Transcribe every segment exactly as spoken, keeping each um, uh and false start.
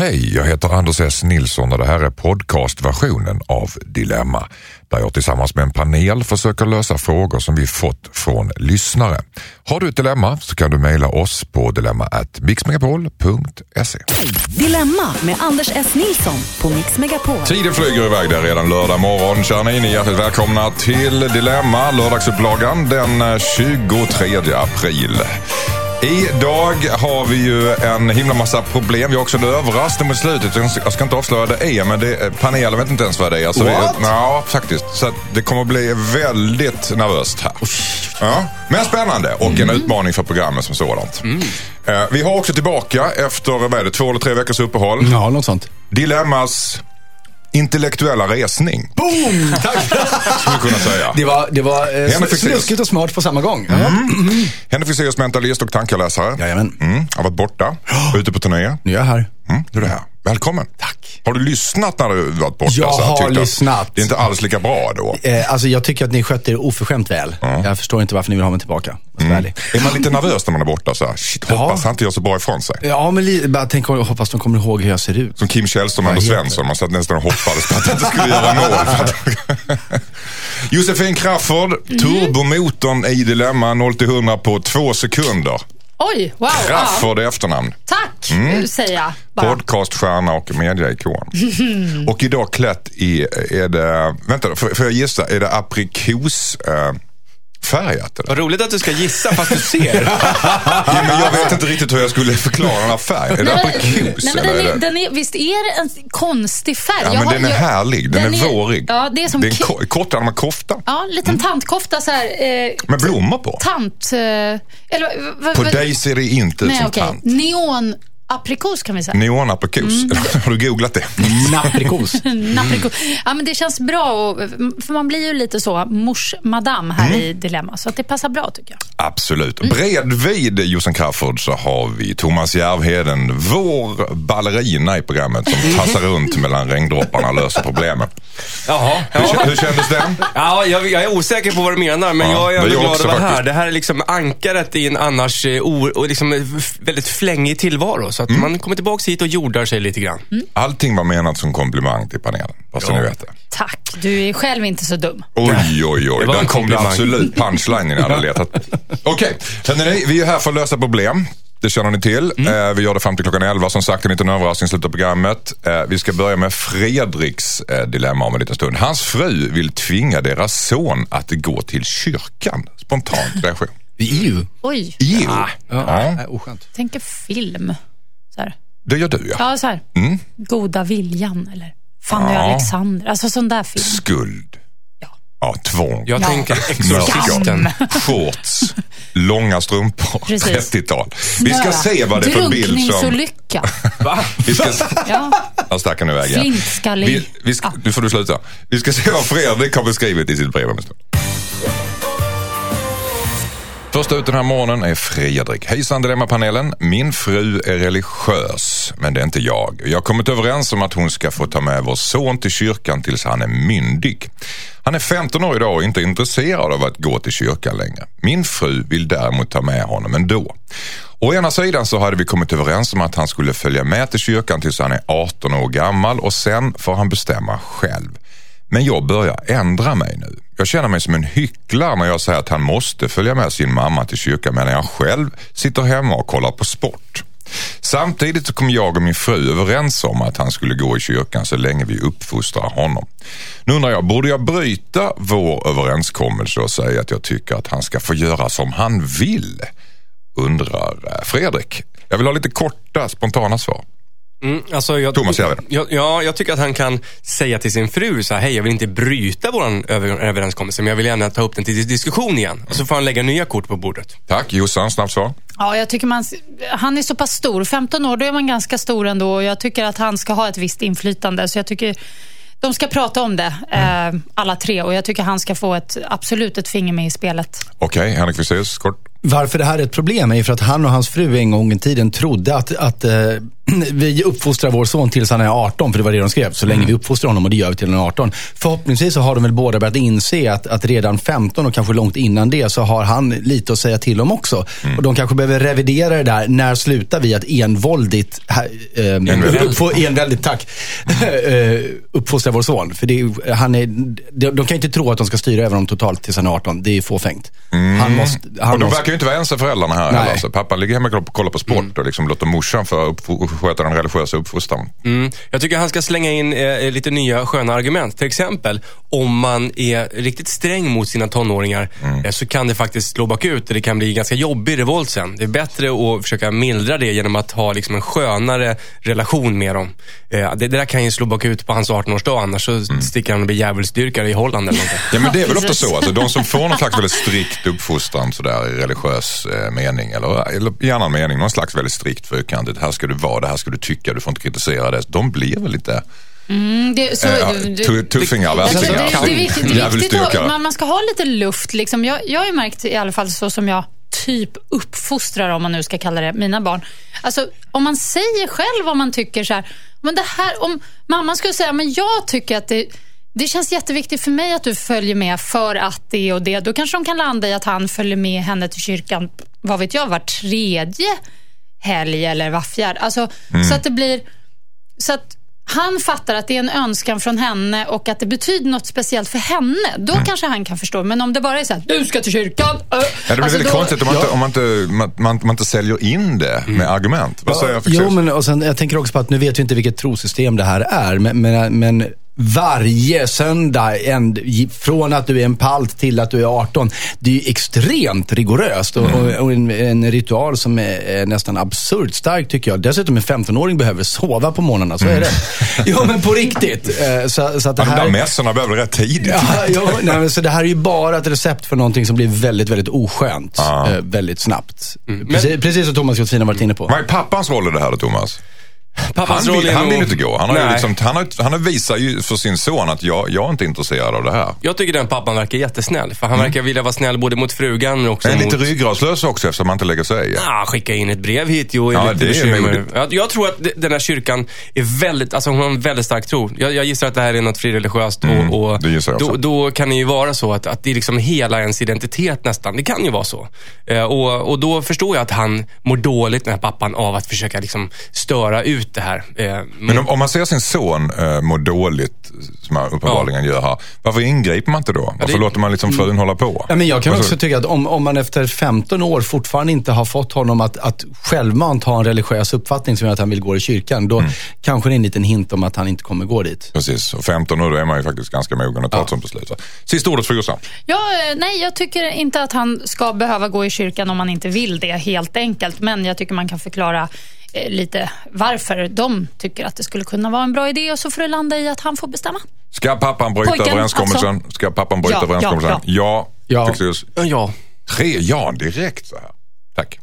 Hej, jag heter Anders S. Nilsson och det här är podcastversionen av Dilemma, där jag tillsammans med en panel försöker lösa frågor som vi fått från lyssnare. Har du ett dilemma så kan du mejla oss på dilemma at mixmegapol punkt se. Dilemma med Anders S. Nilsson på Mix Megapol. Tiden flyger iväg där redan lördag morgon. Kör ni in, hjärtligt välkomna till Dilemma, lördagsupplagan den tjugotredje april. Idag har vi ju en himla massa problem. Vi har också en överraskning mot slutet. Jag ska inte avslöja det är, men det är, panelen vet inte ens vad det är. Alltså, What? Vi, ja, faktiskt. Så det kommer att bli väldigt nervöst här. Ja, men spännande och en utmaning för programmet som sådant. Mm. Uh, vi har också tillbaka efter vad är det, två eller tre veckors uppehåll. Ja, något sånt. Dilemmas intellektuella resning. Boom! Tack! Skulle kunna säga. Det var, det var eh, snuskigt och smart på samma gång. Mm. Mm. Henrik Fexeus, mentalist och tankeläsare. Jajamän. Mm. Har varit borta, ute på turné. Nu är jag här. Mm, du är här. Välkommen. Tack. Har du lyssnat när du varit borta? Jag så har tyckte lyssnat. Det är inte alls lika bra då. Eh, alltså jag tycker att ni skötte er oförskämt väl. Mm. Jag förstår inte varför ni vill ha mig tillbaka. Mm. Är man lite nervös när man är borta så här, shit, hoppas ja. han inte gör så bra ifrån sig. Ja, men li- bara tänk och hoppas de kommer ihåg hur jag ser ut. Som Kim Källström och Anders Svensson. Man satt nästan och hoppades på att det inte skulle göra mål. Josefin Crafoord, mm. turbomotorn i Dilemma noll till hundra på två sekunder. Oj, wow. Crafoord i efternamn. Tack, mm. säger jag bara. Podcaststjärna och mediaikon. Och idag klätt i, är det, vänta, får jag gissa, är det aprikos... Eh, färgat. Vad roligt att du ska gissa fast du ser. Ja, men jag vet inte riktigt hur jag skulle förklara den här färgen. Är det aprikos? Nej, men den är, den är, visst är det en konstig färg? Ja, jag men har, den är jag, härlig. Den, den är, är vårig. Ja, det är som det är en ko- kortare med kofta. Ja, en liten mm. tantkofta så här. Eh, med blommor på. Tant... Eh, eller, v- v- på dig ser det inte ut nej, som okay. tant. Neon... Aprikos kan vi säga. Neonaprikos. Mm. Har du googlat det? Naprikos. Naprikos. Ja, men det känns bra. Och, för man blir ju lite så mors madame här mm. i Dilemma. Så att det passar bra tycker jag. Absolut. Mm. Bredvid Josefin Crafoord så har vi Thomas Järvheden, vår ballerina i programmet som tassar runt mellan regndropparna och löser problemen. Jaha. Ja. Hur, hur kändes den? Ja, jag, jag är osäker på vad du menar, men ja, jag är ändå glad att vara här. Det här är liksom ankaret i en annars o, och liksom väldigt flängig tillvaro. Så att mm. man kommer tillbaka hit och jordar sig lite grann. Mm. Allting var menat som komplimang till panelen. Vad ska ni veta? Tack, du är själv inte så dum. Oj, oj, oj. Där kom det absolut punchline ni hade letat. Okej, okay. Vi är här för att lösa problem. Det känner ni till. Mm. Eh, vi gör det fram till klockan elva. Som sagt, en liten överraskning i slutet av programmet. Eh, vi ska börja med Fredriks eh, dilemma om en liten stund. Hans fru vill tvinga deras son att gå till kyrkan. Spontant reaktion. I E U? Oj. I E U? Ja. Ja. Ja. Oskönt. Tänker film. Så här. Det gör du, ja. Ja, så här. Mm. Goda viljan, eller Fanny och ja. Alexander. Alltså sån där film. Skuld. Ja. Ja, tvång. Jag ja. tänker Exorcisten. Shorts. Långa strumpor. Precis. trettiotal. Vi ska se vad det är för bild som... Drunkningsolycka. Va? Vi ska... ja. Jag stackar nu vägen. Flintskallig. Vi, vi ska... ja. Nu får du sluta. Vi ska se vad Fredrik har beskrivit i sitt brev om en stund. Första ut den här morgonen är Fredrik. Hejsan Dilemma-panelen. Min fru är religiös, men det är inte jag. Jag har kommit överens om att hon ska få ta med vår son till kyrkan tills han är myndig. Han är femton år idag och inte intresserad av att gå till kyrkan längre. Min fru vill däremot ta med honom ändå. Å ena sidan så hade vi kommit överens om att han skulle följa med till kyrkan tills han är arton år gammal och sen får han bestämma själv. Men jag börjar ändra mig nu. Jag känner mig som en hycklare när jag säger att han måste följa med sin mamma till kyrkan medan jag själv sitter hemma och kollar på sport. Samtidigt så kom jag och min fru överens om att han skulle gå i kyrkan så länge vi uppfostrar honom. Nu undrar jag, borde jag bryta vår överenskommelse och säga att jag tycker att han ska få göra som han vill? Undrar Fredrik. Jag vill ha lite korta, spontana svar. Mm, alltså jag, Thomas Järvheden. Ja, ja, jag tycker att han kan säga till sin fru så här: hej, jag vill inte bryta våran över, överenskommelse, men jag vill gärna ta upp den till diskussion igen. Och så får han lägga nya kort på bordet. Tack, Jossan, snabbt svar. Ja, jag tycker man, han är så pass stor, femton år, då är man ganska stor ändå. Och jag tycker att han ska ha ett visst inflytande, så jag tycker de ska prata om det, mm. eh, alla tre. Och jag tycker han ska få ett, absolut ett finger med i spelet. Okej, okay, Henrik Fexeus, kort. Varför det här är ett problem är för att han och hans fru en gång i tiden trodde att, att eh, vi uppfostrar vår son tills han är arton, för det var det de skrev. Så länge mm. vi uppfostrar honom, och det gör vi till han är arton. Förhoppningsvis så har de väl båda börjat inse att, att redan femton och kanske långt innan det så har han lite att säga till om också. Mm. Och de kanske behöver revidera det där. När slutar vi att envåldigt äh, enväldigt. Få, enväldigt, tack uppfostra vår son? För det, han är, de, de kan inte tro att de ska styra över dem totalt tills han är arton. Det är fåfängt. Mm. Han måste, han och de måste... verkar ju inte vara ensamma föräldrarna här. Alltså. Pappa ligger hemma och kollar på sport mm. och liksom låter morsan för att sköta den religiösa uppfostran. Mm. Jag tycker han ska slänga in eh, lite nya sköna argument. Till exempel, om man är riktigt sträng mot sina tonåringar mm. eh, så kan det faktiskt slå bakut och det kan bli ganska jobbig revolt sen. Det är bättre att försöka mildra det genom att ha liksom en skönare relation med dem. Eh, det, det där kan ju slå bakut på hans arton-årsdag, annars så mm. sticker han och blir djävulsdyrkare i Holland eller något. Ja, men det är väl ofta så. Alltså, de som får någon slags väldigt strikt uppfostran sådär, i religiös eh, mening eller, eller i annan mening, någon slags väldigt strikt fyrkantigt. Här ska du vara, det här ska du tycka, du får inte kritisera det. De blir väl lite mm, det, så, äh, du, tuffingar, det, värstingar. Det, det, det är viktigt, det är viktigt att, man, man ska ha lite luft. Liksom. Jag, jag har ju märkt, i alla fall så som jag typ uppfostrar, om man nu ska kalla det, mina barn. Alltså, om man säger själv vad man tycker så här, men det här, om mamma skulle säga, men jag tycker att det Det känns jätteviktigt för mig att du följer med för att det och det. Då kanske de kan landa i att han följer med henne till kyrkan, vad vet jag, var tredje helg eller var fjärde. Alltså, mm. så att det blir, så att han fattar att det är en önskan från henne och att det betyder något speciellt för henne. Då mm. kanske han kan förstå. Men om det bara är så här, du ska till kyrkan. Äh. Ja, det blir alltså väldigt då... konstigt om man, ja. inte, om man, inte, man, man, man inte säljer in det mm. med argument. Vad säger jag för Jo, men och sen, jag tänker också på att nu vet vi inte vilket trosystem det här är. Men, men, men varje söndag en, från att du är en palt till att du är arton, det är ju extremt rigoröst och, mm. och en, en ritual som är, är nästan absurt stark, tycker jag. Dessutom en femton-åring behöver sova på morgnarna, så är det. Jo, men på riktigt. Så, så att det ja, här... de där mässorna behöver rätt tidigt. Ja, jo, nej, men så det här är ju bara ett recept för någonting som blir väldigt, väldigt oskönt ah. eh, väldigt snabbt. Mm. Precis, men... precis som Thomas Josefin har varit inne på. Vad är pappans roll i det här då, Thomas? Pappans han vill, han vill nog... inte gå. Han har, ju liksom, han, har, han har visat ju för sin son att jag, jag är inte intresserad av det här. Jag tycker den pappan verkar jättesnäll. För han mm. verkar vilja vara snäll både mot frugan men också men mot... lite ryggradslös också eftersom man inte lägger sig i. Ja, skicka in ett brev hit. Jo, ja, det är jag, jag tror att den här kyrkan är väldigt, alltså hon har en väldigt stark tro. Jag, jag gissar att det här är något frireligiöst. Mm, och, och då, då kan det ju vara så att, att det är liksom hela ens identitet nästan. Det kan ju vara så. Eh, och, och då förstår jag att han mår dåligt, den här pappan, av att försöka liksom störa ut det här. Eh, Men om, om man ser sin son äh, må dåligt, som man uppenbarligen ja. gör här, varför ingriper man inte då? Varför ja, det... låter man liksom frun hålla på? Ja, men jag kan alltså... också tycka att om, om man efter femton år fortfarande inte har fått honom att, att självmant ha en religiös uppfattning som gör att han vill gå i kyrkan, då mm. kanske det är en liten hint om att han inte kommer gå dit. Precis, och femton år då är man ju faktiskt ganska mogen att ta ja. ett sånt beslut. Sista ordet för Jossan. Ja, nej, jag tycker inte att han ska behöva gå i kyrkan om man inte vill det, helt enkelt. Men jag tycker man kan förklara lite varför de tycker att det skulle kunna vara en bra idé, och så får det landa i att han får bestämma. Ska pappan bryta Pojken, överenskommelsen? Alltså. Ska pappan bryta ja, överenskommelsen? Ja. Ja. Ja. Ja. ja. Tre ja direkt så här. Tack.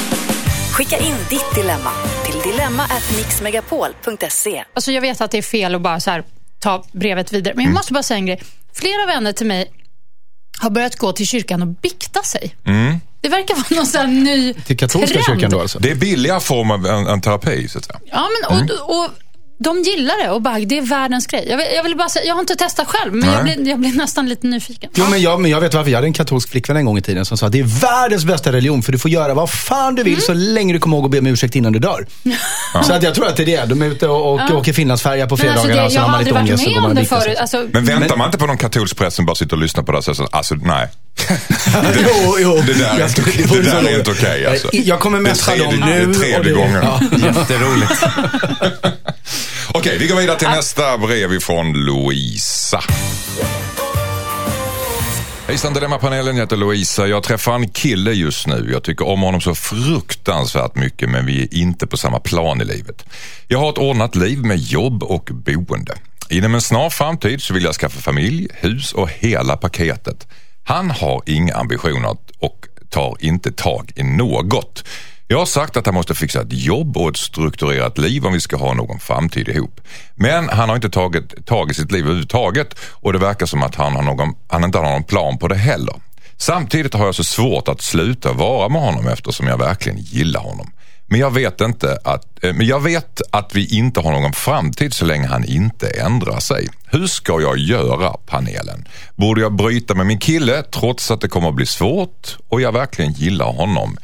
Skicka in ditt dilemma till dilemma at mixmegapol punkt se. Alltså jag vet att det är fel att bara så här ta brevet vidare, men jag måste bara säga en grej. Flera vänner till mig har börjat gå till kyrkan och bikta sig. Mm. Det verkar vara någon sån här ny till katolska trend. Kyrkan då alltså? Det är billiga form av en, en terapi, så att säga. Ja, men mm. och, och de gillar det och bara, det är världens grej. Jag vill, jag vill bara säga, jag har inte testat själv, men jag blir, jag blir nästan lite nyfiken. Jo, men jag, men jag vet varför. Jag hade en katolsk flickvän en gång i tiden som sa att det är världens bästa religion, för du får göra vad fan du vill mm. så länge du kommer ihåg att be om ursäkt innan du dör. Ja. Så att jag tror att det är det. De är ute och, och ja. åker finlandsfärja på fredagarna, alltså, så har man lite ångest och går man och biktar sig. Alltså, men väntar men, man inte på någon katolsk präst som bara sitter och lyssnar på det här? Så, alltså, nej. det, jo, jo. Det där, jag, det, det där är inte okej okay, alltså. Jag kommer mesta dem nu. Det är tredje gången. Ja. Jätteroligt. Okej, okay, vi går vidare till nästa brev ifrån Louisa. Hejsan Dilemma-panelen, jag heter Louisa. Jag träffar en kille just nu. Jag tycker om honom så fruktansvärt mycket, men vi är inte på samma plan i livet. Jag har ett ordnat liv med jobb och boende. Inom en snar framtid så vill jag skaffa familj, hus och hela paketet. Han har inga ambitioner och tar inte tag i något. Jag har sagt att han måste fixa ett jobb och ett strukturerat liv om vi ska ha någon framtid ihop. Men han har inte tagit tag i sitt liv överhuvudtaget, och det verkar som att han, har någon, han inte har någon plan på det heller. Samtidigt har jag så svårt att sluta vara med honom eftersom jag verkligen gillar honom. Men jag vet inte att, men jag vet att vi inte har någon framtid så länge han inte ändrar sig. Hur ska jag göra, panelen? Borde jag bryta med min kille trots att det kommer att bli svårt och jag verkligen gillar honom?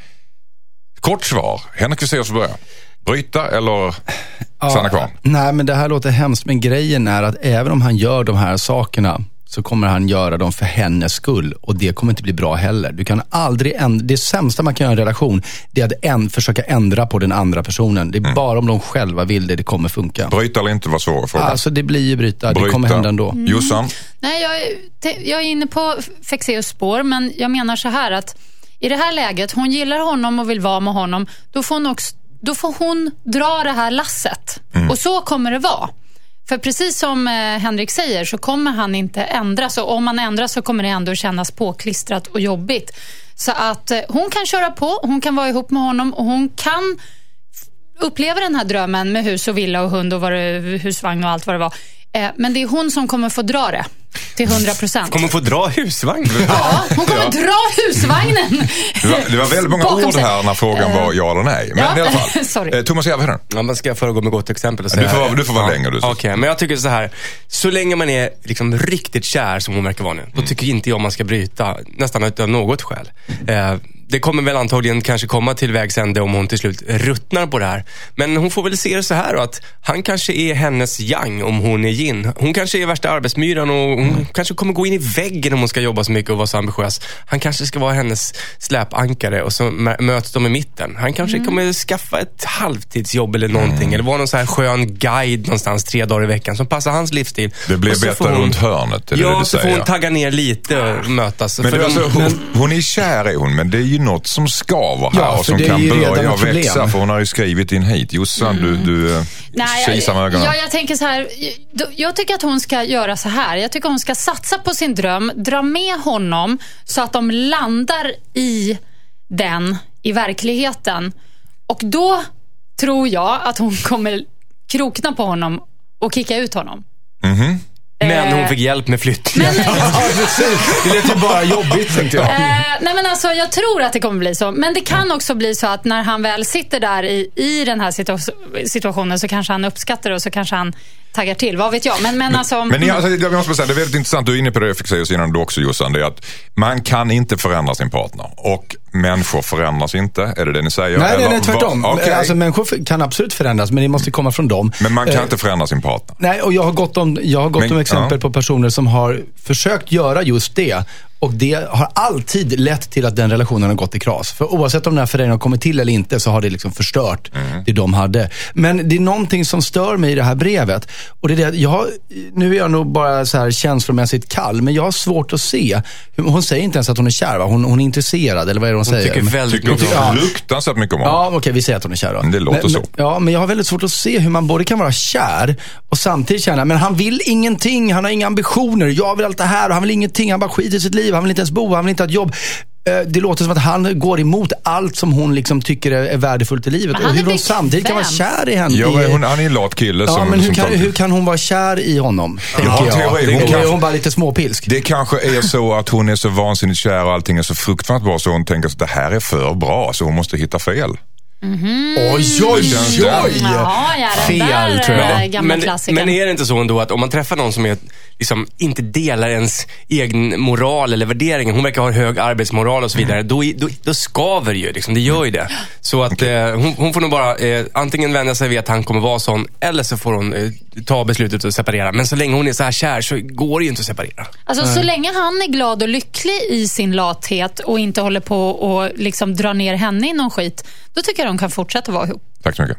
Kort svar. Henrik Fexeus börja. Bryta eller stanna kvar? Ja, nej, men det här låter hemskt. Men grejen är att även om han gör de här sakerna så kommer han göra dem för hennes skull. Och det kommer inte bli bra heller. Du kan aldrig ändra, det sämsta man kan göra i en relation, det är att en, försöka ändra på den andra personen. Det är mm. bara om de själva vill det, det kommer funka. Bryta eller inte var svår fråga. Alltså det blir ju bryta, bryta. Det kommer hända ändå. Mm. Jossan? Nej, jag, jag är inne på Fexeus spår, men jag menar så här att i det här läget, hon gillar honom och vill vara med honom, då får hon, också, då får hon dra det här lasset. Mm. Och så kommer det vara. För precis som eh, Henrik säger så kommer han inte ändras. Och om man ändras så kommer det ändå kännas påklistrat och jobbigt. Så att eh, hon kan köra på, hon kan vara ihop med honom och hon kan f- uppleva den här drömmen med hus och villa och hund och vad det, husvagn och allt vad det var. Eh, men det är hon som kommer få dra det. Till hundra procent. Kommer få dra husvagn? Ja, hon kommer ja. dra husvagnen. Det var, det var väldigt många ord här när frågan uh, var ja eller nej. Men ja. i alla fall. Sorry. Thomas Järvheden. Ja, man ska föregå med gott exempel. Och du, får, du får vara ja. längre. Okej, okay, men jag tycker så här. Så länge man är liksom riktigt kär som hon verkar vara nu. Mm. Då tycker inte jag man ska bryta nästan av något skäl. Eh, det kommer väl antagligen kanske komma till vägs ände om hon till slut ruttnar på det här. Men hon får väl se det så här då, att han kanske är hennes yang om hon är yin. Hon kanske är värsta arbetsmyran och hon mm. kanske kommer gå in i väggen om hon ska jobba så mycket och vara så ambitiös. Han kanske ska vara hennes släpankare och så möts de i mitten. Han kanske mm. kommer skaffa ett halvtidsjobb eller någonting. Mm. Eller vara någon så här skön guide någonstans tre dagar i veckan som passar hans livsstil. Det blir bättre hon, runt hörnet. Eller ja, det så får hon tagga ner lite och mötas. Men, för det, de, alltså, hon, hon är kär är hon, men det är ju något som ska vara här ja, och som kan börja växa. För hon har ju skrivit in hit. Jossan, mm. du, du kisar med ögonen. Ja, jag tänker så här. Jag tycker att hon ska göra så här. Jag tycker hon ska satsa på sin dröm, dra med honom så att de landar i den i verkligheten. Och då tror jag att hon kommer krokna på honom och kicka ut honom. Mhm. Men hon fick hjälp med flyttningen. Men, ja, det lät ju bara jobbigt, tänkte jag. Eh, nej men alltså, jag tror att det kommer bli så. Men det kan också bli så att när han väl sitter där i, i den här situa- situationen så kanske han uppskattar det och så kanske han taggar till. Vad vet jag? Men, men, men alltså... Men jag, jag måste säga, det är väldigt intressant. Du är inne på det jag fick säga innan du också, Jossan. Det är att man kan inte förändra sin partner. Och människor förändras inte. Är det det ni säger? Nej, Eller, nej, nej tvärtom. Va, okay. Alltså, människor kan absolut förändras, men det måste komma från dem. Men man kan eh, inte förändra sin partner. Nej, och jag har gått om, jag har gått men, om exempel ja. på personer som har försökt göra just det. Och det har alltid lett till att den relationen har gått i kras. För oavsett om den här förändringen har kommit till eller inte så har det liksom förstört mm. det de hade. Men det är någonting som stör mig i det här brevet. Och det är det, jag har, nu är jag nog bara så här känslomässigt kall, men jag har svårt att se. Hon säger inte ens att hon är kär, va? Hon, hon är intresserad, eller vad är det hon, hon säger? Tycker väldigt tycker mycket om. Fruktansvärt mycket om honom. Ja, okej, okay, vi säger att hon är kär då. Det låter men, så. Men, ja, men jag har väldigt svårt att se hur man både kan vara kär och samtidigt känna, men han vill ingenting, han har inga ambitioner, jag vill allt det här och han vill ingenting, han bara skiter i sitt liv, han vill inte ens bo, han vill inte ha ett jobb. Det låter som att han går emot allt som hon liksom tycker är värdefullt i livet. Och hur hon samtidigt kan vara kär i henne. Ja, hon, han är en lat kille. Ja, som, men hur, som kan, tar... hur kan hon vara kär i honom? Ja, jag. Teori, hon, hon, kanske, hon bara lite småpilsk. Det kanske är så att hon är så vansinnigt kär och allting är så fruktansvärt bra så hon tänker att det här är för bra så hon måste hitta fel. Mm-hmm. Oj, oj, oj. Jaha, ja, fel, där, tror jag. Gamla men, men är det inte så ändå att om man träffar någon som är, liksom, inte delar ens egen moral eller värdering, hon verkar ha hög arbetsmoral och så vidare, mm. då, då, då skaver ju, liksom, det gör ju det. Så att okay. eh, hon, hon får nog bara eh, antingen vända sig vid att han kommer vara sån, eller så får hon eh, ta beslutet att separera. Men så länge hon är så här kär så går det ju inte att separera. Alltså mm. så länge han är glad och lycklig i sin lathet och inte håller på och liksom dra ner henne i någon skit, då tycker jag de kan fortsätta vara ihop. Tack så mycket.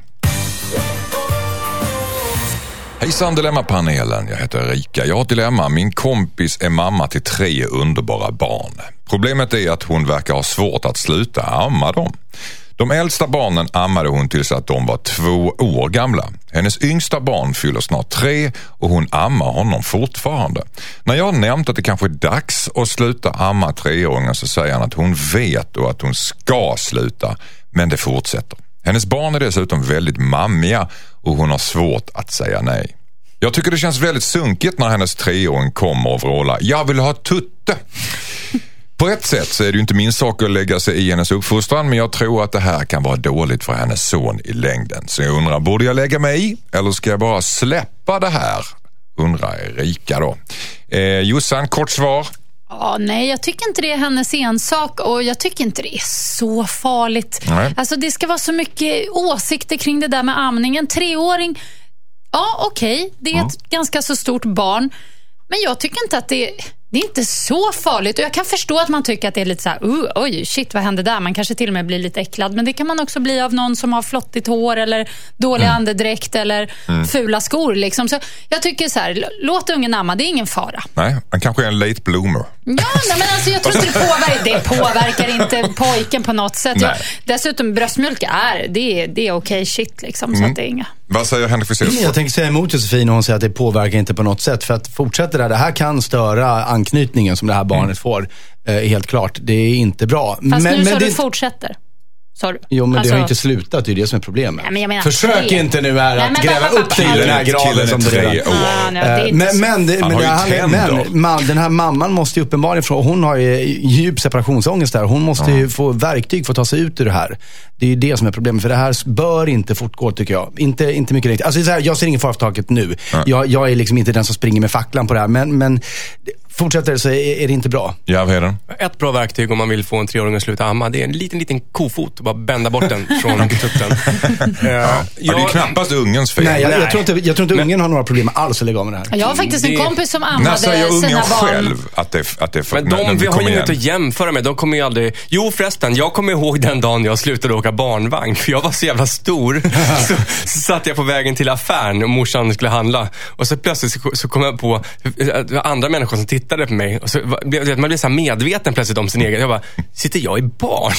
Hejsan Dilemma-panelen, jag heter Erika. Jag har ett dilemma. Min kompis är mamma till tre underbara barn. Problemet är att hon verkar ha svårt att sluta amma dem. De äldsta barnen ammade hon tills att de var två år gamla. Hennes yngsta barn fyller snart tre och hon ammar honom fortfarande. När jag har nämnt att det kanske är dags att sluta amma treåringen så säger han att hon vet och att hon ska sluta, men det fortsätter. Hennes barn är dessutom väldigt mammiga och hon har svårt att säga nej. Jag tycker det känns väldigt sunkigt när hennes treåring kommer och vrålar: jag vill ha tutte. På ett sätt så är det ju inte min sak att lägga sig i hennes uppfostran, men jag tror att det här kan vara dåligt för hennes son i längden. Så jag undrar, borde jag lägga mig i eller ska jag bara släppa det här? Undrar Erika då. Eh, Jossan, kort svar. Ja, nej, jag tycker inte det är hennes ensak och jag tycker inte det är så farligt. Nej. Alltså det ska vara så mycket åsikter kring det där med amningen. Treåring, ja okej, okay, det är mm. ett ganska så stort barn. Men jag tycker inte att det är, det är inte så farligt. Och jag kan förstå att man tycker att det är lite så här, uh, oj, shit, vad hände där? Man kanske till och med blir lite äcklad. Men det kan man också bli av någon som har flottigt hår eller dålig mm. andedräkt eller mm. fula skor. Liksom. Så jag tycker så här, låt ungen amma, det är ingen fara. Nej, han kanske är en late bloomer. Ja, nej, men alltså jag tror inte det påverkar, det påverkar inte pojken på något sätt. Jag, dessutom, bröstmjölk är, det är, det är okej shit liksom, mm. så att det är inga... Vad säger Henrik Fexeus? Jag tänker säga emot Josefin när hon säger att det påverkar inte på något sätt. För att fortsätta det här, det här kan störa anknytningen som det här barnet mm. får. Eh, helt klart, det är inte bra. Fast men, nu men så det... du fortsätter. Sorry. Jo, men alltså... det har inte slutat, det är det som är problemet. Nej, menar, Försök tre. inte nu här att nej, gräva bara, upp dig i den här graven som det är. Ah, nej, det men men, det, men, det, men man, den här mamman måste ju uppenbarligen, för hon har ju djup separationsångest där. Hon måste ja. ju få verktyg för att ta sig ut ur det här. Det är ju det som är problemet, för det här bör inte fortgå tycker jag. Inte, inte mycket riktigt. Alltså, så här, jag ser ingen fara för taket nu. Ja. Jag, jag är liksom inte den som springer med facklan på det här. Men, men fortsätter så är, är det inte bra. Ja, vad är det? Ett bra verktyg om man vill få en treåring att sluta amma, det är en liten, liten kofot och bara bända bort den från tutten. uh, ja. Ja, det är knappast ungens fel. Nej, jag, jag tror inte, jag tror inte men, ungen har några problem alls att lägga av med det här. Jag har faktiskt en det, kompis som ammade sina barn. När säger ungen själv att det, att det är för, men de, när, vi har ju igen. inget att jämföra med. De kommer ju aldrig... Jo förresten, jag kommer ihåg den dagen jag slutade åka barnvagn. För jag var så jävla stor. så, så satt jag på vägen till affären och morsan skulle handla. Och så plötsligt så, så kom jag på andra människor som tittade på mig. Och så, man blir så här medveten plötsligt om sin egen. Jag bara, sitter jag i barn?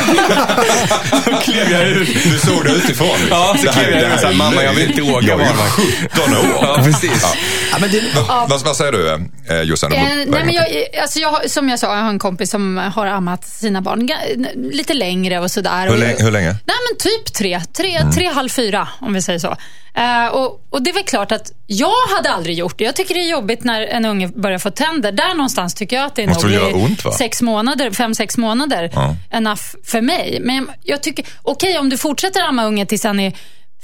Så klev jag ut. Du såg det utifrån. Ja, så klev jag ut. Så här, mamma, jag vill inte åka barnvagn. sjutton år. Ja, precis. Ja. Ja, men det, ja. Vad, vad säger du, eh, Jossan? Eh, nej, men jag, alltså jag, som jag sa, jag har en kompis som har ammat sina barn lite längre och sådär. Hur, länge, hur länge? Nej, men typ tre. Tre, mm. tre halv fyra, om vi säger så. Uh, och, och det är väl klart att jag hade aldrig gjort det. Jag tycker det är jobbigt när en unge börjar få tänder. Där någonstans tycker jag att det är måste nog ont, va? sex månader, fem, sex månader ja. enough för mig. Men jag tycker, okej okay, om du fortsätter amma unge tills han är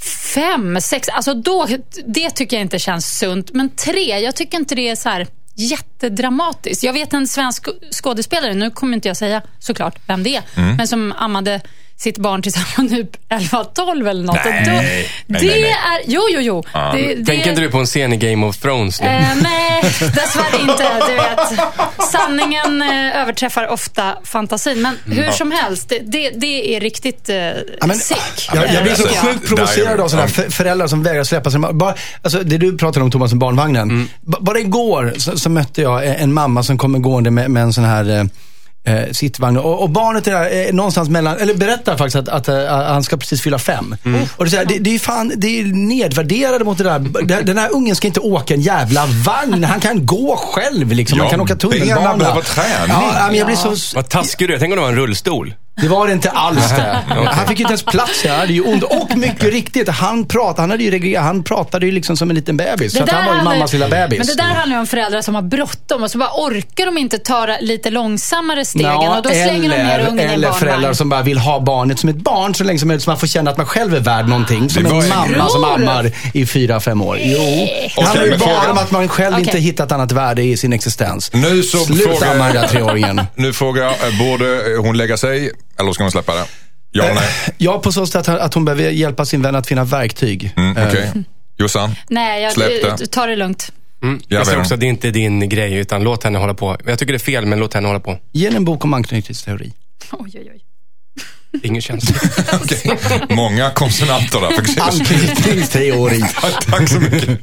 fem, sex, alltså då, det tycker jag inte känns sunt. Men tre, jag tycker inte det är så här jättedramatiskt. Jag vet en svensk skådespelare, nu kommer inte jag säga såklart vem det är, mm. men som ammade sitt barn tillsammans nu elva tolv eller något. Nej, och då, nej, det nej, nej. är, jo, jo, jo. Ah. Det, det, Tänker inte du på en scen i Game of Thrones nu? Eh, nej, dessvärre inte. Du vet, sanningen eh, överträffar ofta fantasin. Men hur mm. som helst, det, det, det är riktigt eh, ja, men, sick. Jag, jag blir så sjukt provocerad av sådana här föräldrar som vägrar släppa sig. Bara, alltså, det du pratade om, Thomas, om barnvagnen. Mm. B- bara igår så, så mötte jag en mamma som kommer gående med, med en sån här... Eh, Eh, sittvagn. Och, och barnet är där, eh, någonstans mellan, eller berättar faktiskt att, att, att, att han ska precis fylla fem. Mm. Och det är, så här, det, det är fan, det är nedvärderade mot det där. Den här ungen ska inte åka en jävla vagn. Han kan gå själv liksom. Ja, han kan åka tunnelbana. Barn behöver träning. Ja, men jag blir så... Vad taskig du är. Tänk om det var en rullstol. Det var det inte alls det. Han fick ju inte ens plats. Ja. Det är ju ont. Och mycket riktigt, han pratade, han, hade ju regler, han pratade ju liksom som en liten bebis. Så att han var ju mammas lilla bebis. Men det där handlar ju om föräldrar som har bråttom och så bara orkar de inte ta lite långsammare stegen. Ja, och då slänger eller, de ner ungen i eller föräldrar som bara vill ha barnet som ett barn så länge som möjligt, så man får känna att man själv är värd någonting. Som en mamma gror. Som ammar i fyra, fem år. Jo. Det handlar ju bara fråga. om att man själv okay. inte hittat annat värde i sin existens. Nu så Sluta amma den där treåringen. Nu frågar jag, borde hon lägga sig eller ska hon släppa det? Ja eller nej? Ja, på så sätt att hon behöver hjälpa sin vän att finna verktyg. Mm, Okej. Okay. Jossan? Nej, jag Släpp tar det lugnt. Mm. Jag säger också att det är inte din grej, utan låt henne hålla på. Jag tycker det är fel, men låt henne hålla på. Ge en bok om anknytningsteori. Oj, oj, oj. Ingen känsla. Okay. Många konsonanter där. Anknytningsteori. Tack så mycket.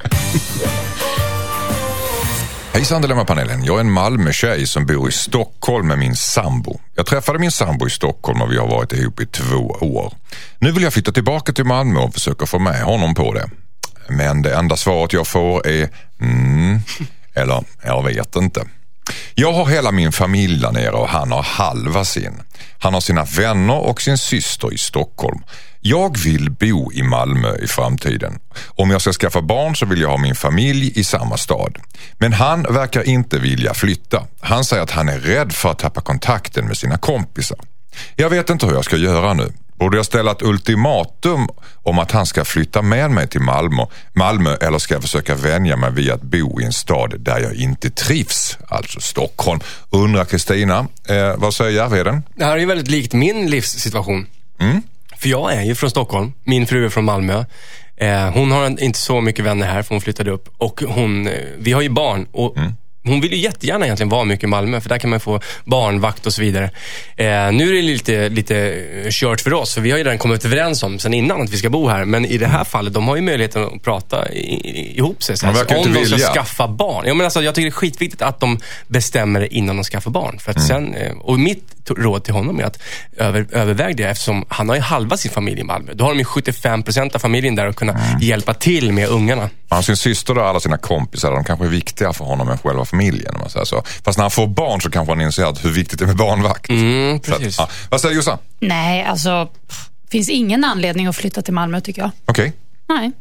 Hejsan Dilemma-panelen. Jag är en Malmö-tjej som bor i Stockholm med min sambo. Jag träffade min sambo i Stockholm och vi har varit ihop i två år. Nu vill jag flytta tillbaka till Malmö och försöka få med honom på det. Men det enda svaret jag får är mm, eller jag vet inte. Jag har hela min familj där nere och han har halva sin. Han har sina vänner och sin syster i Stockholm. Jag vill bo i Malmö i framtiden. Om jag ska skaffa barn så vill jag ha min familj i samma stad. Men han verkar inte vilja flytta. Han säger att han är rädd för att tappa kontakten med sina kompisar. Jag vet inte hur jag ska göra nu. Borde jag ställa ett ultimatum om att han ska flytta med mig till Malmö, Malmö eller ska jag försöka vänja mig vid att bo i en stad där jag inte trivs, alltså Stockholm? Undrar Kristina, eh, vad säger Järvheden? Det här är ju väldigt likt min livssituation. Mm. För jag är ju från Stockholm, min fru är från Malmö. Eh, hon har inte så mycket vänner här för hon flyttade upp. Och hon, eh, vi har ju barn och mm. hon vill ju jättegärna egentligen vara mycket i Malmö för där kan man få barnvakt och så vidare. Eh, nu är det lite, lite kört för oss för vi har ju redan kommit överens om sen innan att vi ska bo här. Men i det här fallet, de har ju möjligheten att prata i, i, ihop sig. Så här, så om de ska skaffa barn. Ja, men alltså, jag tycker det är skitviktigt att de bestämmer det innan de skaffar barn. För att mm. sen, eh, och mitt råd till honom är att över, överväg det eftersom han har ju halva sin familj i Malmö. Då har de ju sjuttiofem procent av familjen där och kunna mm. hjälpa till med ungarna. Han har sin syster och alla sina kompisar, de kanske är viktiga för honom än själva familjen. Om man säger så. Fast när han får barn så kanske han inser att hur viktigt det är med barnvakt. Mm, precis. Så att, ja. Vad säger Jossan? Nej, alltså finns ingen anledning att flytta till Malmö tycker jag. Okej. Okay. Nej.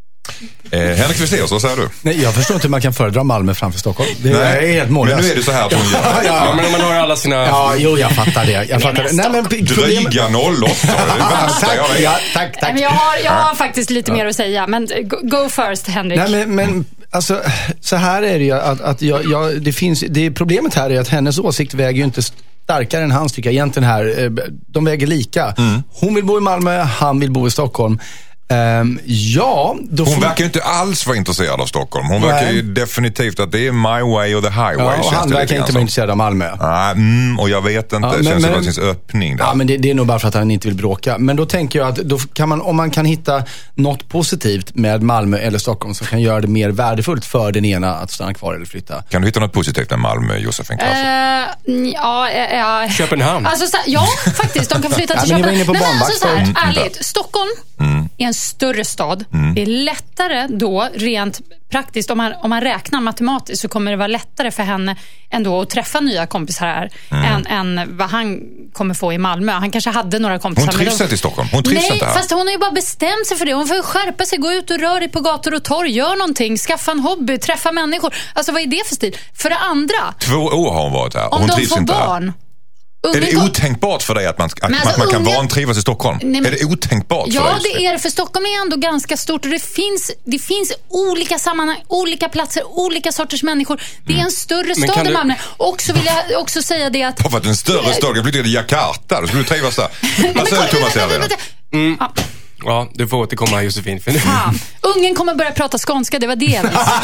Eh, Henrik Westén, så säger du? Nej, jag förstår inte hur man kan föredra Malmö framför Stockholm. Det Nej. är helt mållöst. Men nu är det så här att hon gör. ja, ja. ja, men man har alla sina... Ja, jo, jag fattar det. Jag fattar det. Nej, men dryga noll åtta. tack, ja, tack, tack. Men jag har, jag har faktiskt lite ja. mer att säga. Men go, go first, Henrik. Nej, men... men alltså, så här är det ju att, att jag, jag, det finns, det problemet här är att hennes åsikt väger ju inte starkare än hans tycker jag. Egentligen här, de väger lika. Mm. Hon vill bo i Malmö, han vill bo i Stockholm. Um, ja, då hon får... verkar inte alls vara intresserad av Stockholm. Hon Nej. verkar ju definitivt att det är my way or the highway. Ja, och han verkar inte vara intresserad av Malmö. Ah, mm, och jag vet inte, ja, men, känns men, som att det finns öppning där. Ja, men det, det är nog bara för att han inte vill bråka. Men då tänker jag att då kan man, om man kan hitta något positivt med Malmö eller Stockholm som kan göra det mer värdefullt för den ena att stanna kvar eller flytta. Kan du hitta något positivt med Malmö, Josefin Crafoord? Uh, ja, ja. Köpenhamn. Alltså, så, ja, faktiskt. De kan flytta till ja, Köpenhamn. Nej, men alltså, så här, mm. ärligt, Stockholm mm. är en större stad. Mm. Det är lättare då, rent praktiskt, om man, om man räknar matematiskt så kommer det vara lättare för henne ändå att träffa nya kompisar här mm. än, än vad han kommer få i Malmö. Han kanske hade några kompisar. Hon trivs inte i Stockholm. Hon trivs Nej, inte här. Fast hon har ju bara bestämt sig för det. Hon får ju skärpa sig, gå ut och röra dig på gator och torg, gör någonting, skaffa en hobby, träffa människor. Alltså vad är det för stil? För det andra... Två år har hon varit här och om hon de trivs får inte barn, här. Är det otänkbart för dig att man, att, alltså, att man kan unga... vantrivas i Stockholm? Nej, men... Är det otänkbart för ja, dig? Ja, det är det. För Stockholm är ändå ganska stort och det finns, det finns olika sammanhang, olika platser, olika sorters människor. Det är en större stad än du... Malmö. Och så vill jag också säga det att... Bara för att en större stad kan flytta till Jakarta, då skulle du trivas där. Vad säger du, Thomas Järvheden? Mm. Ja. Ja, du får återkomma, Josefin. För nu. Fan. Ungen kommer börja prata skånska, det var det.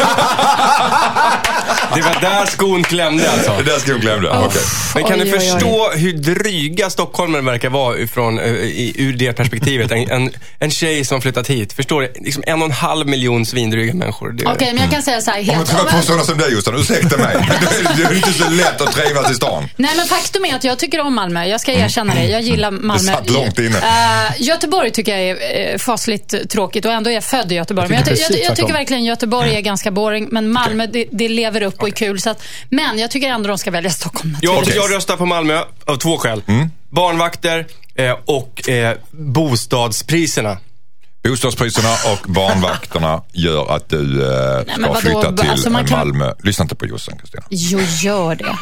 Det var där skon klämde alltså. Det där skon klämde, oh. okej. Okay. Men kan oj, du förstå oj, oj. hur dryga stockholmare verkar vara från, uh, i, ur det perspektivet? En, en, en tjej som har flyttat hit, förstår du? Liksom en och en halv miljon svindryga människor. Okej, okay, men jag kan säga så här. Helt... Om man träffar på sådana som dig, Jossan, ursäkta mig. Det är inte så lätt att trivas i stan. Nej, men faktum är att jag tycker om Malmö. Jag ska erkänna det. Jag gillar Malmö. Det satt långt inne. Uh, Göteborg tycker jag är uh, fasligt tråkigt och ändå är jag född i Göteborg. Men jag, jag, jag, jag tycker verkligen Göteborg är ganska boring, men Malmö det, det lever upp och är kul. Så att, men jag tycker ändå de ska välja Stockholm. Jag, jag röstar på Malmö av två skäl. Mm. Barnvakter eh, och eh, bostadspriserna. Bostadspriserna och barnvakterna gör att du eh, ska Nej, flytta till alltså kan... Malmö. Lyssna inte på Jossan, Kristina. Jo, gör det.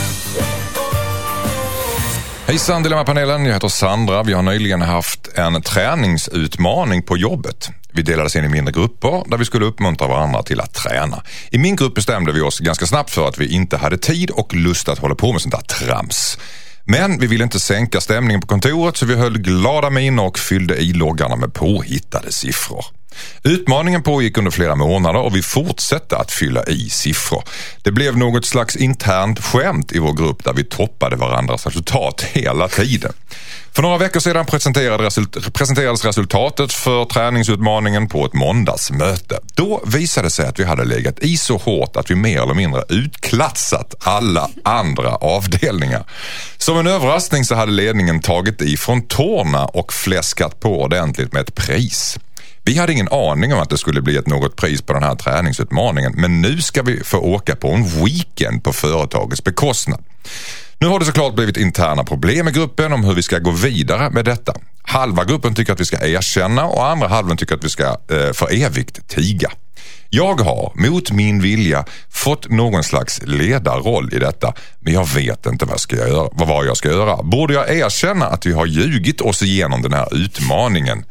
Hejsan Dilemma-panelen, jag heter Sandra. Vi har nyligen haft en träningsutmaning på jobbet. Vi delades in i mindre grupper där vi skulle uppmuntra varandra till att träna. I min grupp bestämde vi oss ganska snabbt för att vi inte hade tid och lust att hålla på med sånt där trams. Men vi ville inte sänka stämningen på kontoret så vi höll glada miner och fyllde i loggarna med påhittade siffror. Utmaningen pågick under flera månader och vi fortsatte att fylla i siffror. Det blev något slags internt skämt i vår grupp där vi toppade varandras resultat hela tiden. För några veckor sedan presenterade result- presenterades resultatet för träningsutmaningen på ett måndagsmöte. Då visade det sig att vi hade legat i så hårt att vi mer eller mindre utklassat alla andra avdelningar. Som en överraskning så hade ledningen tagit i från tårna och fläskat på ordentligt med ett pris. Vi hade ingen aning om att det skulle bli ett något pris på den här träningsutmaningen, men nu ska vi få åka på en weekend på företagets bekostnad. Nu har det såklart blivit interna problem i gruppen om hur vi ska gå vidare med detta. Halva gruppen tycker att vi ska erkänna och andra halvan tycker att vi ska eh, för evigt tiga. Jag har mot min vilja fått någon slags ledarroll i detta, men jag vet inte vad, ska jag göra, vad jag ska göra. Borde jag erkänna att vi har ljugit oss igenom den här utmaningen,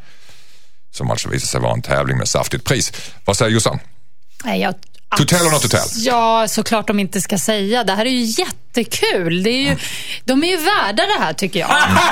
som alltså visar sig vara en tävling med saftigt pris? Vad säger Jossan? Nej, jag... To tell or not to tell? Ja, såklart de inte ska säga. Det här är ju jättekul. Det är ju, mm. De är ju värda det här, tycker jag.